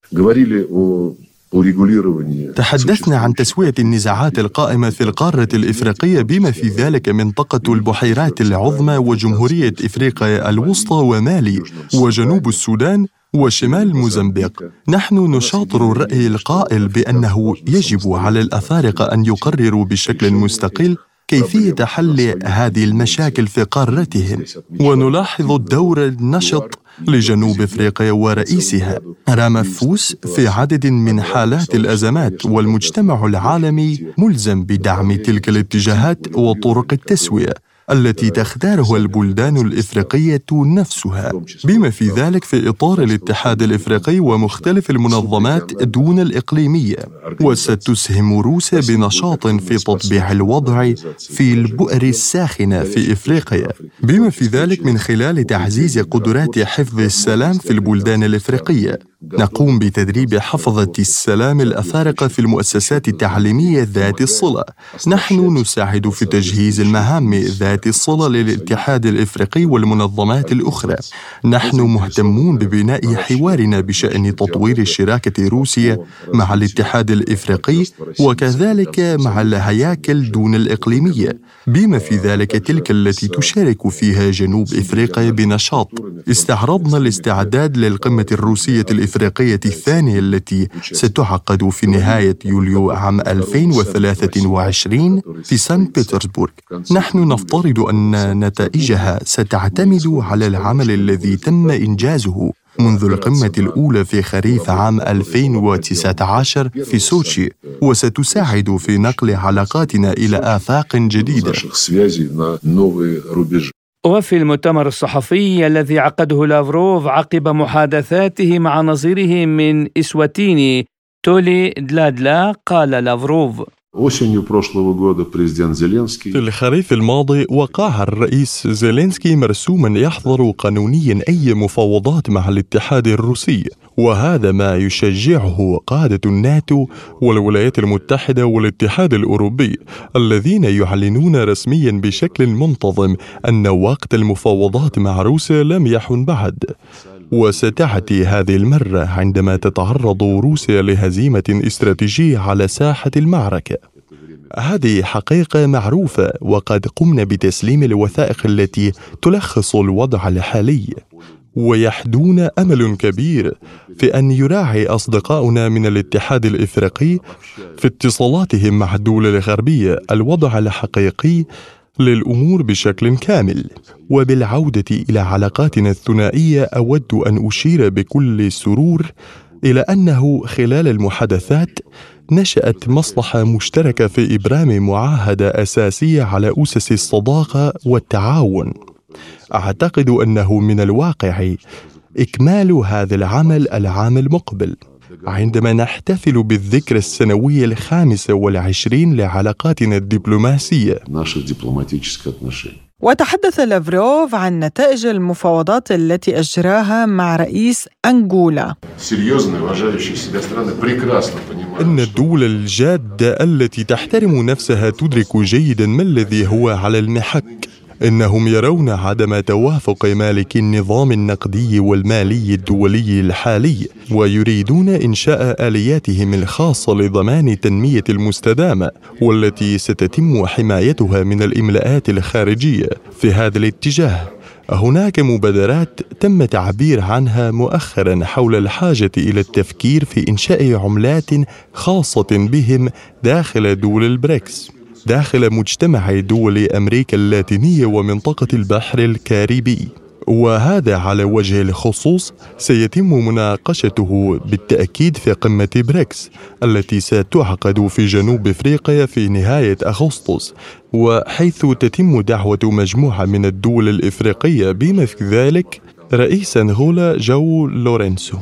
تحدثنا عن تسوية النزاعات القائمة في القارة الإفريقية، بما في ذلك منطقة البحيرات العظمى وجمهورية إفريقيا الوسطى ومالي وجنوب السودان وشمال موزمبيق. نحن نشاطر الرأي القائل بأنه يجب على الأفارقة أن يقرروا بشكل مستقل كيفية حل هذه المشاكل في قارتهم، ونلاحظ الدور النشط لجنوب أفريقيا ورئيسها رامافوس في عدد من حالات الأزمات، والمجتمع العالمي ملزم بدعم تلك الاتجاهات وطرق التسوية التي تختارها البلدان الإفريقية نفسها، بما في ذلك في إطار الاتحاد الإفريقي ومختلف المنظمات دون الإقليمية. وستسهم روسيا بنشاط في تطبيع الوضع في البؤر الساخنة في إفريقيا، بما في ذلك من خلال تعزيز قدرات حفظ السلام في البلدان الإفريقية. نقوم بتدريب حفظة السلام الأفارقة في المؤسسات التعليمية ذات الصلة. نحن نساعد في تجهيز المهام ذات الصلة للاتحاد الإفريقي والمنظمات الأخرى. نحن مهتمون ببناء حوارنا بشأن تطوير الشراكة روسيا مع الاتحاد الإفريقي وكذلك مع الهياكل دون الإقليمية، بما في ذلك تلك التي تشارك فيها جنوب إفريقيا بنشاط. استعرضنا الاستعداد للقمة الروسية الإفريقية الثانية التي ستعقد في نهاية يوليو عام 2023 في سان بطرسبورغ. نحن نفترض أن نتائجها ستعتمد على العمل الذي تم إنجازه منذ القمة الأولى في خريف عام 2019 في سوتشي، وستساعد في نقل علاقاتنا إلى آفاق جديدة. وفي المؤتمر الصحفي الذي عقده لافروف عقب محادثاته مع نظيره من إسواتيني تولي دلادلا، قال لافروف: في الخريف الماضي وقع الرئيس زيلينسكي مرسوما يحظر قانونيا أي مفاوضات مع الاتحاد الروسي، وهذا ما يشجعه قادة الناتو والولايات المتحدة والاتحاد الأوروبي الذين يعلنون رسميا بشكل منتظم أن وقت المفاوضات مع روسيا لم يحن بعد. وستأتي هذه المرة عندما تتعرض روسيا لهزيمة استراتيجية على ساحة المعركة. هذه حقيقة معروفة، وقد قمنا بتسليم الوثائق التي تلخص الوضع الحالي، ويحدون أمل كبير في أن يراعي أصدقاؤنا من الاتحاد الإفريقي في اتصالاتهم مع الدول الغربية الوضع الحقيقي للأمور بشكل كامل. وبالعودة إلى علاقاتنا الثنائية، أود أن أشير بكل سرور إلى أنه خلال المحادثات نشأت مصلحة مشتركة في إبرام معاهدة أساسية على أسس الصداقة والتعاون. أعتقد أنه من الواقع إكمال هذا العام المقبل عندما نحتفل بالذكرى السنوية 25 لعلاقاتنا الدبلوماسية. وتحدث لافروف عن نتائج المفاوضات التي أجراها مع رئيس أنغولا. إن الدول الجادة التي تحترم نفسها تدرك جيدا ما الذي هو على المحك. إنهم يرون عدم توافق مالك النظام النقدي والمالي الدولي الحالي، ويريدون إنشاء آلياتهم الخاصة لضمان التنمية المستدامة والتي ستتم حمايتها من الإملاءات الخارجية. في هذا الاتجاه هناك مبادرات تم تعبير عنها مؤخرا حول الحاجة إلى التفكير في إنشاء عملات خاصة بهم داخل دول البريكس، داخل مجتمع دول أمريكا اللاتينية ومنطقة البحر الكاريبي. وهذا على وجه الخصوص سيتم مناقشته بالتأكيد في قمة بريكس التي ستعقد في جنوب أفريقيا في نهاية أغسطس، وحيث تتم دعوة مجموعة من الدول الإفريقية بما في ذلك رئيس أنغولا جو لورينسو.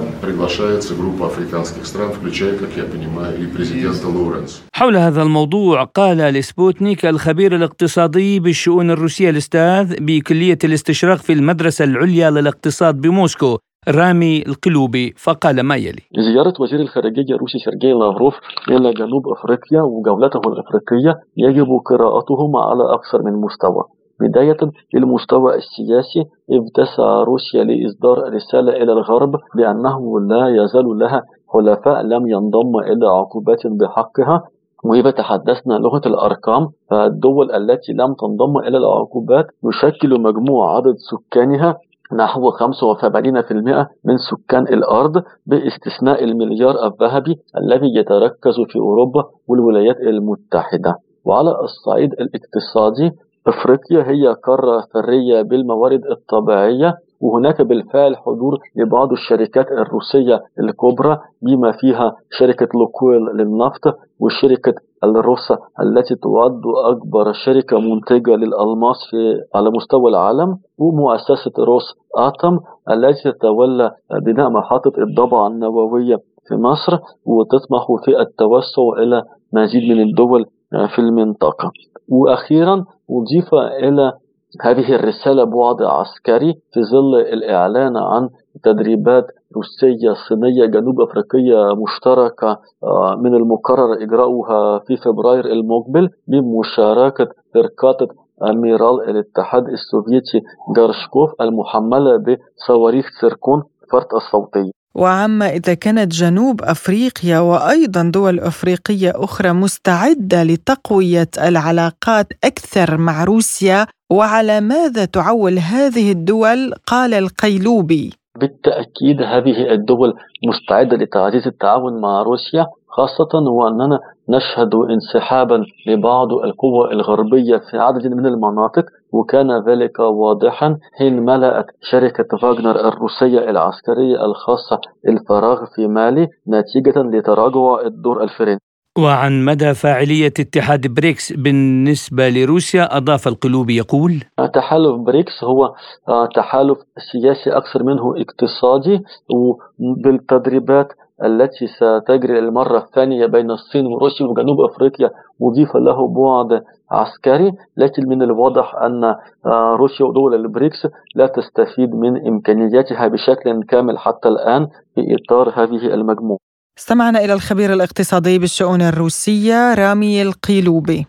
حول هذا الموضوع قال لسبوتنيك الخبير الاقتصادي بالشؤون الروسية الأستاذ بكلية الاستشراق في المدرسة العليا للاقتصاد بموسكو رامي القلوبي، فقال ما يلي: زيارة وزير الخارجية الروسي سيرجي لافروف إلى جنوب أفريقيا وجولته الأفريقية يجب قراءتهما على أكثر من مستوى. بداية للمستوى السياسي، إذ تسعى روسيا لإصدار رسالة إلى الغرب بأنه لا يزال لها حلفاء لم ينضم إلى عقوبات بحقها. وإذا تحدثنا لغة الأرقام، فالدول التي لم تنضم إلى العقوبات يشكل مجموع عدد سكانها نحو 85% من سكان الأرض، باستثناء المليار الذهبي الذي يتركز في أوروبا والولايات المتحدة. وعلى الصعيد الاقتصادي، أفريقيا هي قارة ثرية بالموارد الطبيعية، وهناك بالفعل حضور لبعض الشركات الروسية الكبرى بما فيها شركة لوكويل للنفط، وشركة الروسا التي تعد أكبر شركة منتجة للألماس على مستوى العالم، ومؤسسة روس آتوم التي تتولى بناء محطة الضبعة النووية في مصر، وتطمح في التوسع إلى مزيد من الدول في المنطقة. وأخيرا أضيف إلى هذه الرسالة بعد عسكري في ظل الإعلان عن تدريبات روسية صينية جنوب أفريقية مشتركة من المقرر إجراؤها في فبراير المقبل بمشاركة فرقاطة أميرال الاتحاد السوفيتي جارشكوف المحملة بصواريخ سيركون فرط الصوتية. وعما إذا كانت جنوب أفريقيا وأيضا دول أفريقية أخرى مستعدة لتقوية العلاقات أكثر مع روسيا، وعلى ماذا تعول هذه الدول؟ قال القيلوبي: بالتأكيد هذه الدول مستعدة لتعزيز التعاون مع روسيا، خاصة وأننا نشهد انسحابا لبعض القوى الغربية في عدد من المناطق، وكان ذلك واضحا حين ملأت شركة فاغنر الروسية العسكرية الخاصة الفراغ في مالي نتيجة لتراجع الدور الفرنسي. وعن مدى فاعلية اتحاد بريكس بالنسبة لروسيا أضاف القلوبي يقول: تحالف بريكس هو تحالف سياسي أكثر منه اقتصادي، وبالتدريبات التي ستجري المرة الثانية بين الصين وروسيا وجنوب أفريقيا مضيف له بعد عسكري، لكن من الواضح أن روسيا ودول البريكس لا تستفيد من إمكانياتها بشكل كامل حتى الآن في إطار هذه المجموعة. استمعنا إلى الخبير الاقتصادي بالشؤون الروسية رامي القيلوبي.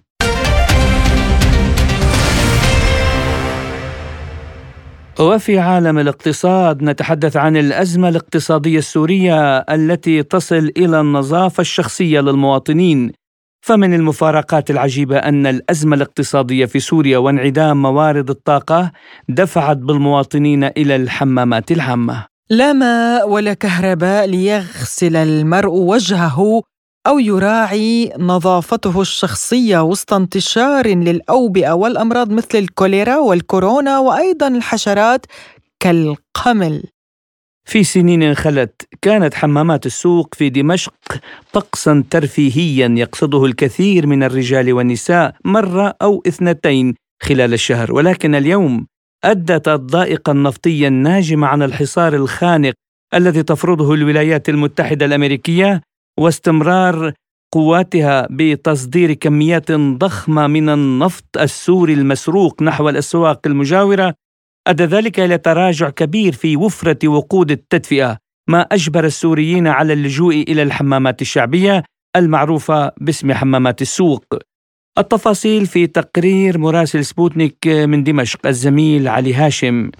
وفي عالم الاقتصاد نتحدث عن الأزمة الاقتصادية السورية التي تصل إلى النظافة الشخصية للمواطنين. فمن المفارقات العجيبة أن الأزمة الاقتصادية في سوريا وانعدام موارد الطاقة دفعت بالمواطنين إلى الحمامات العامة. لا ماء ولا كهرباء ليغسل المرء وجهه أو يراعي نظافته الشخصية وسط انتشار للأوبئة والأمراض مثل الكوليرا والكورونا وأيضا الحشرات كالقمل. في سنين خلت كانت حمامات السوق في دمشق طقسا ترفيهيا يقصده الكثير من الرجال والنساء مرة أو اثنتين خلال الشهر، ولكن اليوم أدت الضائقة النفطية الناجمة عن الحصار الخانق الذي تفرضه الولايات المتحدة الأمريكية واستمرار قواتها بتصدير كميات ضخمة من النفط السوري المسروق نحو الأسواق المجاورة، أدى ذلك إلى تراجع كبير في وفرة وقود التدفئة، ما أجبر السوريين على اللجوء إلى الحمامات الشعبية المعروفة باسم حمامات السوق. التفاصيل في تقرير مراسل سبوتنيك من دمشق الزميل علي هاشم.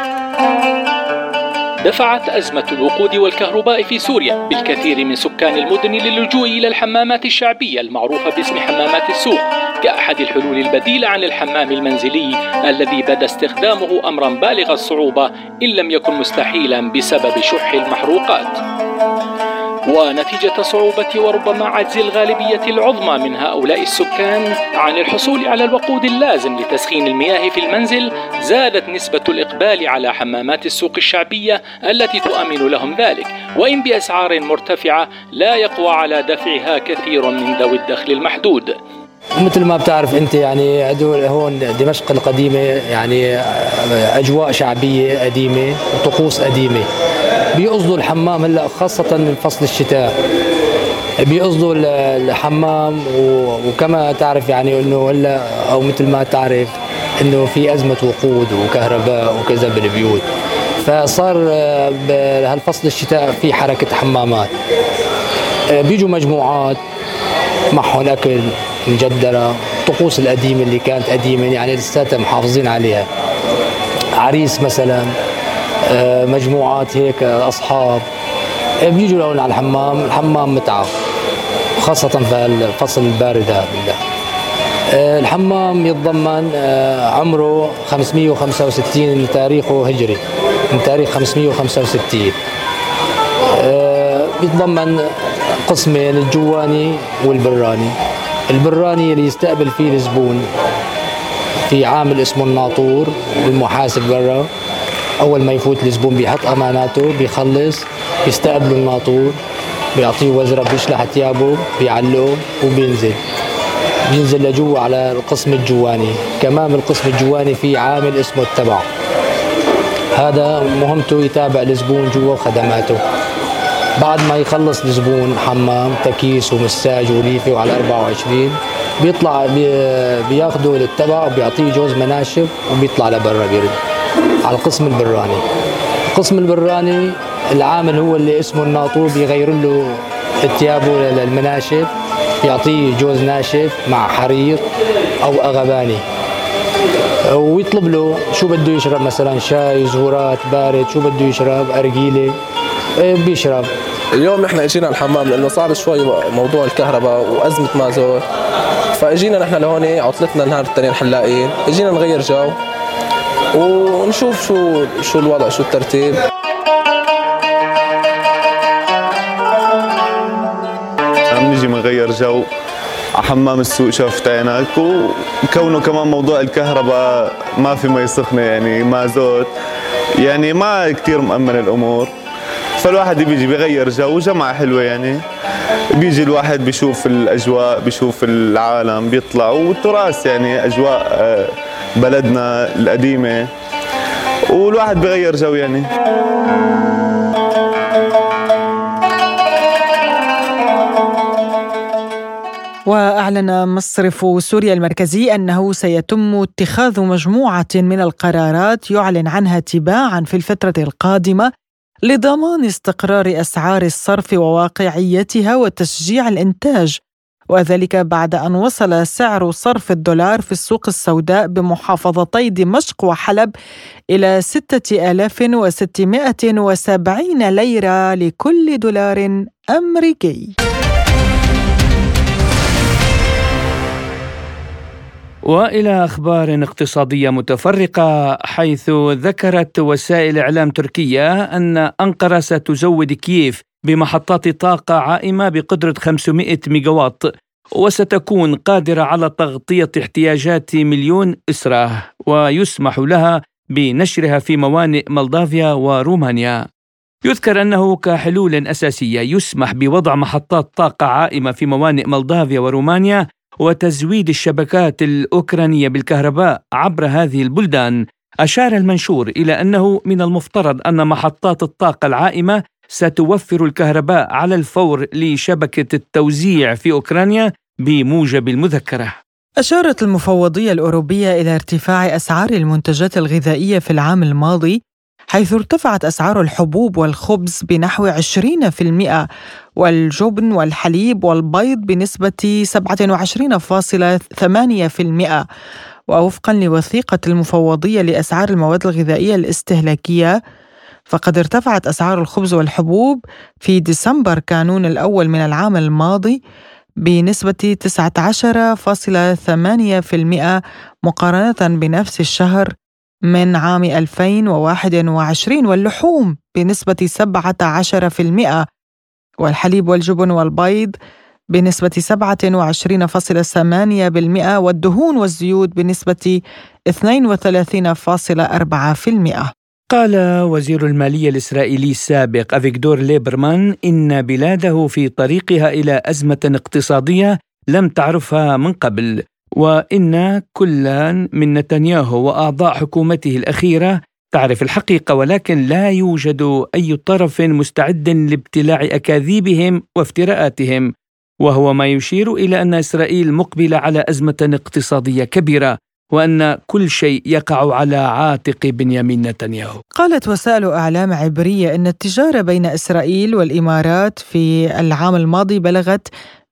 دفعت أزمة الوقود والكهرباء في سوريا بالكثير من سكان المدن للجوء إلى الحمامات الشعبية المعروفة باسم حمامات السوق كأحد الحلول البديلة عن الحمام المنزلي الذي بدا استخدامه أمرا بالغ الصعوبة إن لم يكن مستحيلا بسبب شح المحروقات. ونتيجة صعوبة وربما عجز الغالبية العظمى من هؤلاء السكان عن الحصول على الوقود اللازم لتسخين المياه في المنزل، زادت نسبة الإقبال على حمامات السوق الشعبية التي تؤمن لهم ذلك، وإن بأسعار مرتفعة لا يقوى على دفعها كثير من ذوي الدخل المحدود. مثل ما بتعرف أنت يعني هون دمشق القديمة يعني أجواء شعبية قديمة وطقوس قديمة. بيقصدوا الحمام هلا خاصة من فصل الشتاء، بيقصدوا الحمام وكما تعرف يعني انه هلا او مثل ما تعرف انه في ازمة وقود وكهرباء وكذا بالبيوت، فصار بهالفصل الشتاء في حركة حمامات. بيجوا مجموعات معهم اكل مجدرة، الطقوس القديمة اللي كانت قديمة يعني لساتها محافظين عليها، عريس مثلا، مجموعات هيك أصحاب بيجوا لهون على الحمام متعة، خاصة في الفصل البارد هذا. الحمام يتضمن عمره 565 تاريخه هجري، من تاريخ 565. بيتضمن قسمين، الجواني والبراني. البراني اللي يستقبل فيه الزبون في عامل اسمه الناطور، المحاسب برا. أول ما يفوت الزبون بيحط أماناته، بيخلص، بيستقبله الناطور، بيعطيه وزرة، بيشلح ثيابه، بيعلقه وبينزل لجوا على القسم الجواني. كمان بالقسم الجواني في عامل اسمه التبع، هذا مهمته يتابع الزبون جوا وخدماته. بعد ما يخلص الزبون حمام، تكييس ومساج وليفة وعلى 24، بيطلع بياخده للتبع وبيعطيه جوز مناشف وبيطلع لبرا بيرد على القسم البراني. القسم البراني العامل هو اللي اسمه الناطور، بيغير له ثيابه للمناشف، بيعطيه جوز ناشف مع حرير أو أغباني، ويطلب له شو بده يشرب، مثلا شاي، زهورات، بارد، شو بده يشرب، أرجيلة، بيشرب. اليوم نحن اجينا الحمام لانه صعب شوي موضوع الكهرباء وازمه مازوت، فاجينا نحن لهون عطلتنا نهار التنين حلاقين، اجينا نغير جو ونشوف شو الوضع، شو الترتيب. عم نجي بنغير جو على حمام السوق شافتينك، وكونه كمان موضوع الكهرباء ما في مي سخنه، يعني مازوت، يعني ما كتير مأمن الامور، فالواحد بيجي بيغير جو، جمعة حلوة يعني. بيجي الواحد بيشوف الأجواء، بيشوف العالم، بيطلع، والتراث يعني أجواء بلدنا القديمة، والواحد بيغير جو يعني. وأعلن مصرف سوريا المركزي أنه سيتم اتخاذ مجموعة من القرارات يعلن عنها تباعاً في الفترة القادمة لضمان استقرار أسعار الصرف وواقعيتها وتشجيع الإنتاج، وذلك بعد أن وصل سعر صرف الدولار في السوق السوداء بمحافظتي دمشق وحلب إلى 6670 ليرة لكل دولار أمريكي. وإلى أخبار اقتصادية متفرقة، حيث ذكرت وسائل إعلام تركية أن أنقرة ستزود كييف بمحطات طاقة عائمة بقدرة 500 ميجاوات، وستكون قادرة على تغطية احتياجات 1,000,000 أسرة، ويسمح لها بنشرها في موانئ مولدافيا ورومانيا. يذكر أنه كحلول أساسية يسمح بوضع محطات طاقة عائمة في موانئ مولدافيا ورومانيا وتزويد الشبكات الأوكرانية بالكهرباء عبر هذه البلدان. أشار المنشور إلى أنه من المفترض أن محطات الطاقة العائمة ستوفر الكهرباء على الفور لشبكة التوزيع في أوكرانيا بموجب المذكرة. أشارت المفوضية الأوروبية إلى ارتفاع أسعار المنتجات الغذائية في العام الماضي، حيث ارتفعت أسعار الحبوب والخبز بنحو 20%، والجبن والحليب والبيض بنسبة 27.8%. ووفقا لوثيقة المفوضية لأسعار المواد الغذائية الاستهلاكية، فقد ارتفعت أسعار الخبز والحبوب في ديسمبر كانون الأول من العام الماضي بنسبة 19.8% مقارنة بنفس الشهر من عام 2021، واللحوم بنسبة 17%، والحليب والجبن والبيض بنسبة 27.8%، والدهون والزيوت بنسبة 32.4%. قال وزير المالية الإسرائيلي السابق أفيغدور ليبرمان إن بلاده في طريقها إلى أزمة اقتصادية لم تعرفها من قبل، وإن كل من نتنياهو وأعضاء حكومته الأخيرة تعرف الحقيقة، ولكن لا يوجد أي طرف مستعد لابتلاع أكاذيبهم وافتراءاتهم، وهو ما يشير إلى أن إسرائيل مقبلة على أزمة اقتصادية كبيرة، وأن كل شيء يقع على عاتق بنيامين نتنياهو. قالت وسائل إعلام عبرية أن التجارة بين إسرائيل والإمارات في العام الماضي بلغت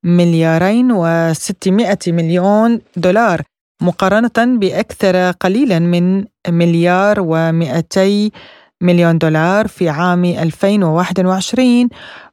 2,600,000,000 مقارنة بأكثر قليلا من 1,200,000,000 في عام 2021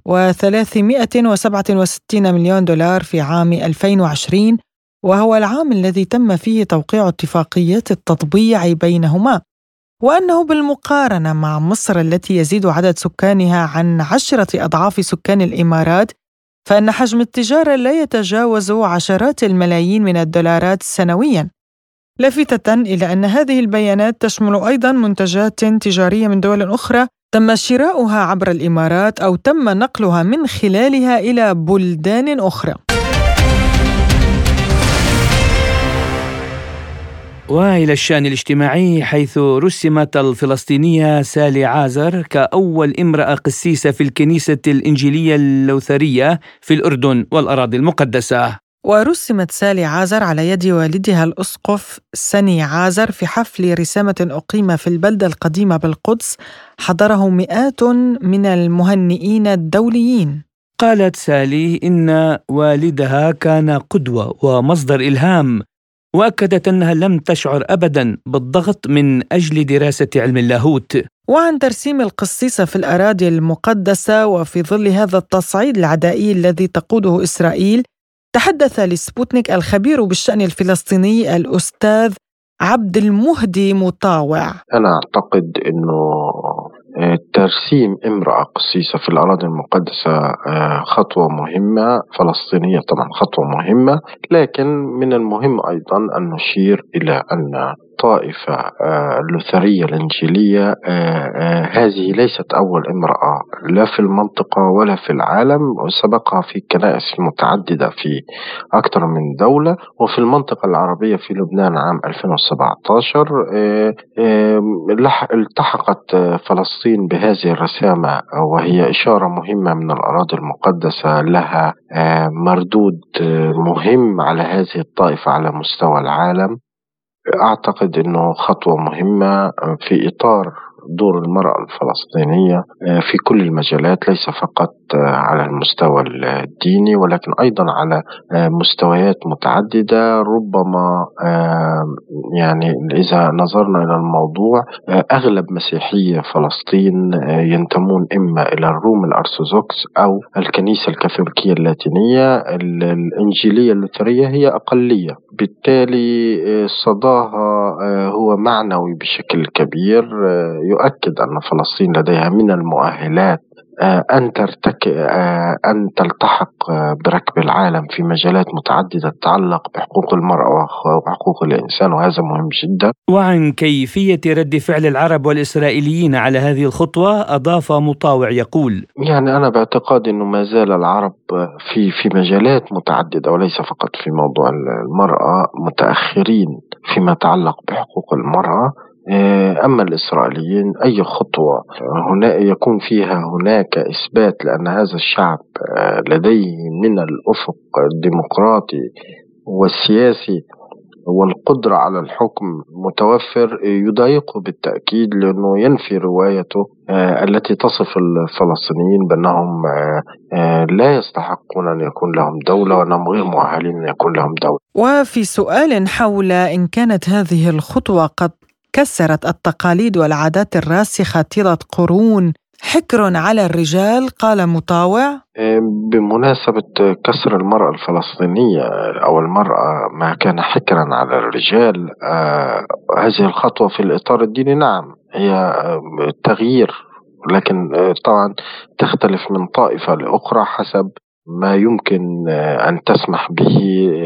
و367,000,000 في عام 2020، وهو العام الذي تم فيه توقيع اتفاقية التطبيع بينهما. وأنه بالمقارنة مع مصر التي يزيد عدد سكانها عن 10 أضعاف سكان الإمارات، فإن حجم التجارة لا يتجاوز عشرات الملايين من الدولارات سنوياً. لافتة إلى أن هذه البيانات تشمل أيضاً منتجات تجارية من دول أخرى تم شراؤها عبر الإمارات أو تم نقلها من خلالها إلى بلدان أخرى. وإلى الشأن الاجتماعي، حيث رسمت الفلسطينية سالي عازر كأول امرأة قسيسة في الكنيسة الإنجيلية اللوثرية في الأردن والأراضي المقدسة. ورسمت سالي عازر على يد والدها الأسقف سني عازر في حفل رسامة أقيم في البلدة القديمة بالقدس حضره مئات من المهنئين الدوليين. قالت سالي إن والدها كان قدوة ومصدر إلهام، وأكدت أنها لم تشعر أبداً بالضغط من أجل دراسة علم اللاهوت. وعن ترسيم القسيسة في الأراضي المقدسة وفي ظل هذا التصعيد العدائي الذي تقوده إسرائيل، تحدث لسبوتنيك الخبير بالشأن الفلسطيني الأستاذ عبد المهدي مطاوع. أنا أعتقد أنه ترسيم امرأة قسيسة في الأراضي المقدسة خطوة مهمة فلسطينية، طبعا خطوة مهمة، لكن من المهم أيضا أن نشير إلى أن الطائفة اللوثرية الإنجيلية هذه ليست أول امرأة لا في المنطقة ولا في العالم، وسبقها في كنائس متعددة في أكثر من دولة. وفي المنطقة العربية في لبنان عام 2017 التحقت فلسطين بهذه الرسامة، وهي إشارة مهمة من الأراضي المقدسة لها مردود مهم على هذه الطائفة على مستوى العالم. أعتقد أنه خطوة مهمة في إطار دور المرأة الفلسطينية في كل المجالات، ليس فقط على المستوى الديني ولكن أيضا على مستويات متعددة. ربما يعني إذا نظرنا إلى الموضوع، أغلب مسيحية فلسطين ينتمون إما إلى الروم الأرثوذكس أو الكنيسة الكاثوليكية اللاتينية. الإنجيلية اللوثرية هي أقلية، بالتالي صداها هو معنوي بشكل كبير، يؤكد أن فلسطين لديها من المؤهلات أن تلتحق بركب العالم في مجالات متعددة تتعلق بحقوق المرأة وحقوق الإنسان، وهذا مهم جدا. وعن كيفية رد فعل العرب والإسرائيليين على هذه الخطوة أضاف مطاوع يقول: يعني أنا باعتقادي أنه ما زال العرب في مجالات متعددة وليس فقط في موضوع المرأة متأخرين فيما يتعلق بحقوق المرأة. أما الإسرائيليين أي خطوة هنا يكون فيها هناك إثبات لأن هذا الشعب لديه من الأفق الديمقراطي والسياسي والقدرة على الحكم متوفر، يضايقه بالتأكيد، لأنه ينفي روايته التي تصف الفلسطينيين بأنهم لا يستحقون أن يكون لهم دولة وأنهم غير مؤهلين أن يكون لهم دولة. وفي سؤال حول إن كانت هذه الخطوة قد كسرت التقاليد والعادات الراسخة طيلة قرون حكر على الرجال، قال مطاوع: بمناسبة كسر المرأة الفلسطينية أو المرأة ما كان حكرا على الرجال، هذه الخطوة في الإطار الديني نعم هي تغيير، لكن طبعا تختلف من طائفة لأخرى حسب ما يمكن أن تسمح به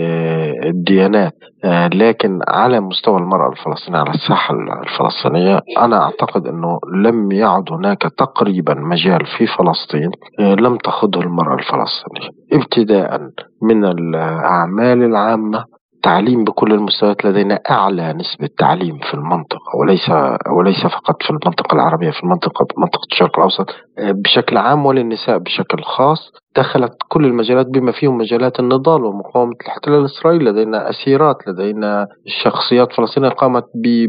الديانات. لكن على مستوى المرأة الفلسطينية على الساحة الفلسطينية أنا أعتقد أنه لم يعد هناك تقريبا مجال في فلسطين لم تخوضه المرأة الفلسطينية، ابتداء من الأعمال العامة، تعليم بكل المستويات. لدينا أعلى نسبة تعليم في المنطقة، وليس فقط في المنطقة العربية، في منطقة الشرق الأوسط بشكل عام وللنساء بشكل خاص. دخلت كل المجالات بما فيهم مجالات النضال ومقاومة الاحتلال الإسرائيلي. لدينا أسيرات، لدينا شخصيات فلسطينية قامت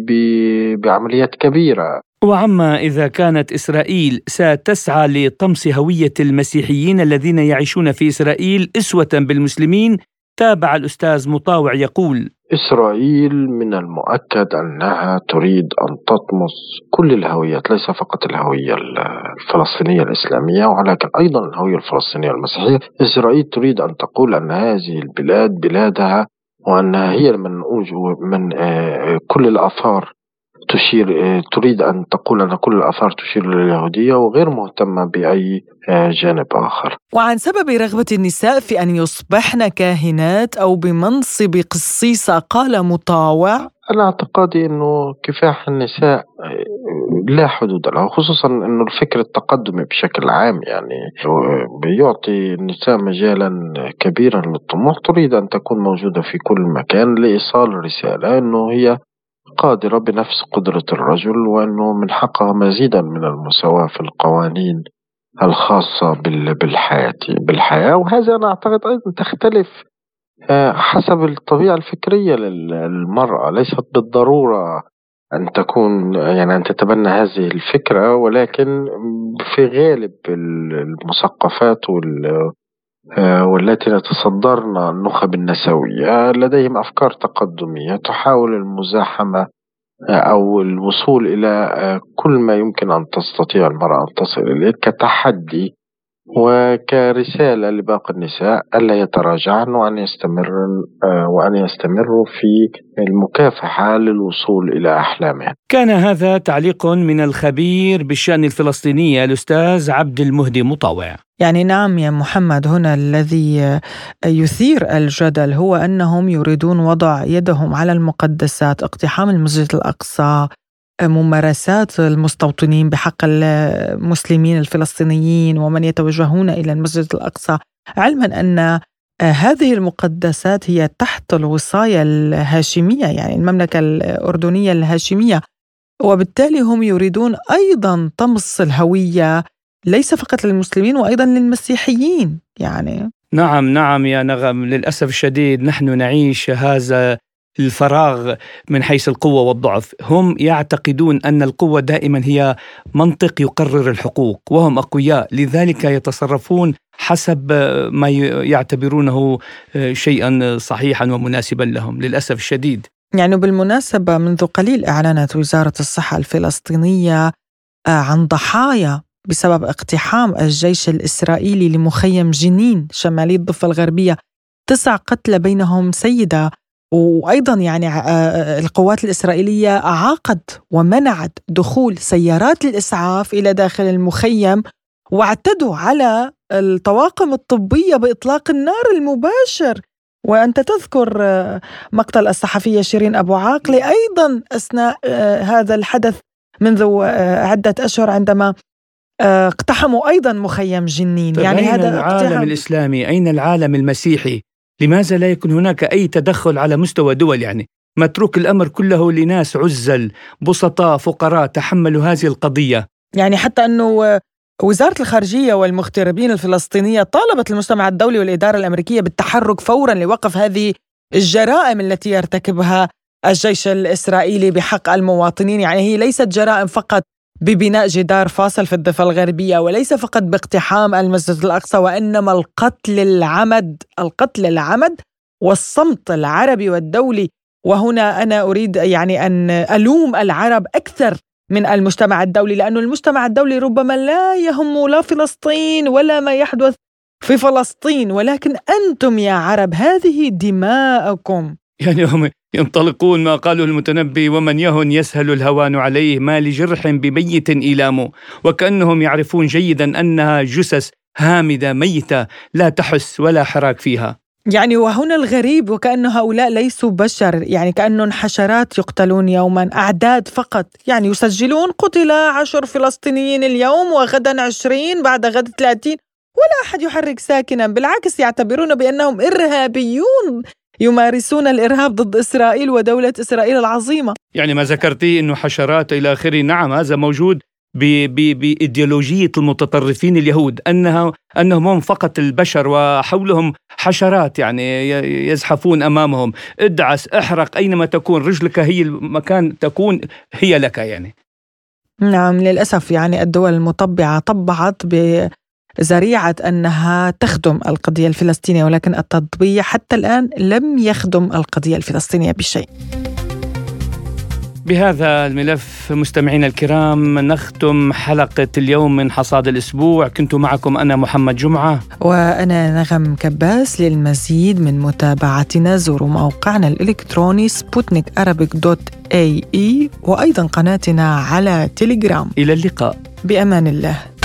بعمليات كبيرة. وعما إذا كانت إسرائيل ستسعى لطمس هوية المسيحيين الذين يعيشون في إسرائيل أسوة بالمسلمين، تابع الأستاذ مطاوع يقول: إسرائيل من المؤكد أنها تريد أن تطمس كل الهويات، ليس فقط الهوية الفلسطينية الإسلامية ولكن أيضا الهوية الفلسطينية المسيحية. إسرائيل تريد أن تقول أن هذه البلاد بلادها، وأنها هي من كل الآثار تريد أن تقول أن كل الآثار تشير لليهودية وغير مهتمة بأي جانب آخر. وعن سبب رغبة النساء في أن يصبحن كاهنات أو بمنصب قسيسة قال مطاوع: أنا اعتقادي أنه كفاح النساء لا حدود له، خصوصا أنه الفكر التقدمي بشكل عام يعني بيعطي النساء مجالا كبيرا للطموح. تريد أن تكون موجودة في كل مكان لإيصال رسالة أنه هي قادرة بنفس قدرة الرجل، وأنه من حقها مزيدا من المساواة في القوانين الخاصة بالحياة. وهذا أنا أعتقد أيضا تختلف حسب الطبيعة الفكرية للمرأة. ليست بالضرورة أن تكون يعني أن تتبنى هذه الفكرة، ولكن في غالب المثقفات والتي يتصدرن النخب النسوية لديهم أفكار تقدمية تحاول المزاحمة أو الوصول إلى كل ما يمكن أن تستطيع المرأة أن تصل إليه كتحدي وكرسالة لباقي النساء ألا يتراجعن وأن يستمروا في المكافحة للوصول إلى أحلامهم. كان هذا تعليق من الخبير بالشأن الفلسطيني الأستاذ عبد المهدي مطاوع. يعني نعم يا محمد، هنا الذي يثير الجدل هو أنهم يريدون وضع يدهم على المقدسات، اقتحام المسجد الأقصى، ممارسات المستوطنين بحق المسلمين الفلسطينيين ومن يتوجهون إلى المسجد الأقصى، علما أن هذه المقدسات هي تحت الوصاية الهاشمية، يعني المملكة الأردنية الهاشمية، وبالتالي هم يريدون أيضا طمس الهوية ليس فقط للمسلمين وأيضا للمسيحيين. يعني نعم يا نغم، للأسف الشديد نحن نعيش هذا الفراغ من حيث القوة والضعف. هم يعتقدون أن القوة دائما هي منطق يقرر الحقوق، وهم أقوياء، لذلك يتصرفون حسب ما يعتبرونه شيئا صحيحا ومناسبا لهم للأسف الشديد. يعني بالمناسبة منذ قليل أعلنت وزارة الصحة الفلسطينية عن ضحايا بسبب اقتحام الجيش الإسرائيلي لمخيم جنين شمالي الضفة الغربية، 9 قتلى بينهم سيدة. وأيضا يعني القوات الإسرائيلية أعاقت ومنعت دخول سيارات الإسعاف إلى داخل المخيم، واعتدوا على الطواقم الطبية بإطلاق النار المباشر. وأنت تذكر مقتل الصحفية شيرين أبو عاقلة أيضا أثناء هذا الحدث منذ عدة أشهر عندما اقتحموا أيضا مخيم جنين. يعني هذا العالم الإسلامي، أين العالم المسيحي؟ لماذا لا يكون هناك أي تدخل على مستوى دول؟ يعني متروك الأمر كله لناس عزل بسطاء فقراء تحملوا هذه القضية. يعني حتى أنه وزارة الخارجية والمغتربين الفلسطينية طالبت المجتمع الدولي والإدارة الأمريكية بالتحرك فورا لوقف هذه الجرائم التي يرتكبها الجيش الإسرائيلي بحق المواطنين. يعني هي ليست جرائم فقط ببناء جدار فاصل في الضفة الغربية، وليس فقط باقتحام المسجد الأقصى، وإنما القتل العمد والصمت العربي والدولي. وهنا أنا أريد يعني أن ألوم العرب أكثر من المجتمع الدولي، لأن المجتمع الدولي ربما لا يهم لا فلسطين ولا ما يحدث في فلسطين، ولكن أنتم يا عرب هذه دماءكم. يعني هم ينطلقون ما قاله المتنبي: ومن يهن يسهل الهوان عليه، ما لجرح بميت إيلام، وكأنهم يعرفون جيدا أنها جثث هامدة ميتة لا تحس ولا حراك فيها. يعني وهنا الغريب، وكأن هؤلاء ليسوا بشر، يعني كأنهم حشرات يقتلون يوما، أعداد فقط. يعني يسجلون قتل 10 فلسطينيين اليوم، وغدا 20، بعد غد 30، ولا أحد يحرك ساكنا. بالعكس يعتبرون بأنهم إرهابيون يمارسون الإرهاب ضد إسرائيل ودولة إسرائيل العظيمة. يعني ما ذكرتي أنه حشرات إلى آخره، نعم هذا موجود بإيديولوجية المتطرفين اليهود، أنهم هم فقط البشر وحولهم حشرات يعني يزحفون أمامهم. ادعس، احرق، أينما تكون رجلك هي المكان تكون هي لك. يعني نعم للأسف يعني الدول المطبعة طبعت بذريعة أنها تخدم القضية الفلسطينية، ولكن التطبيع حتى الآن لم يخدم القضية الفلسطينية بشيء. بهذا الملف مستمعينا الكرام نختم حلقة اليوم من حصاد الأسبوع. كنت معكم أنا محمد جمعة وأنا نغم كباس. للمزيد من متابعتنا زوروا موقعنا الإلكتروني sputnikarabic.ae وأيضا قناتنا على تيليجرام. إلى اللقاء بأمان الله.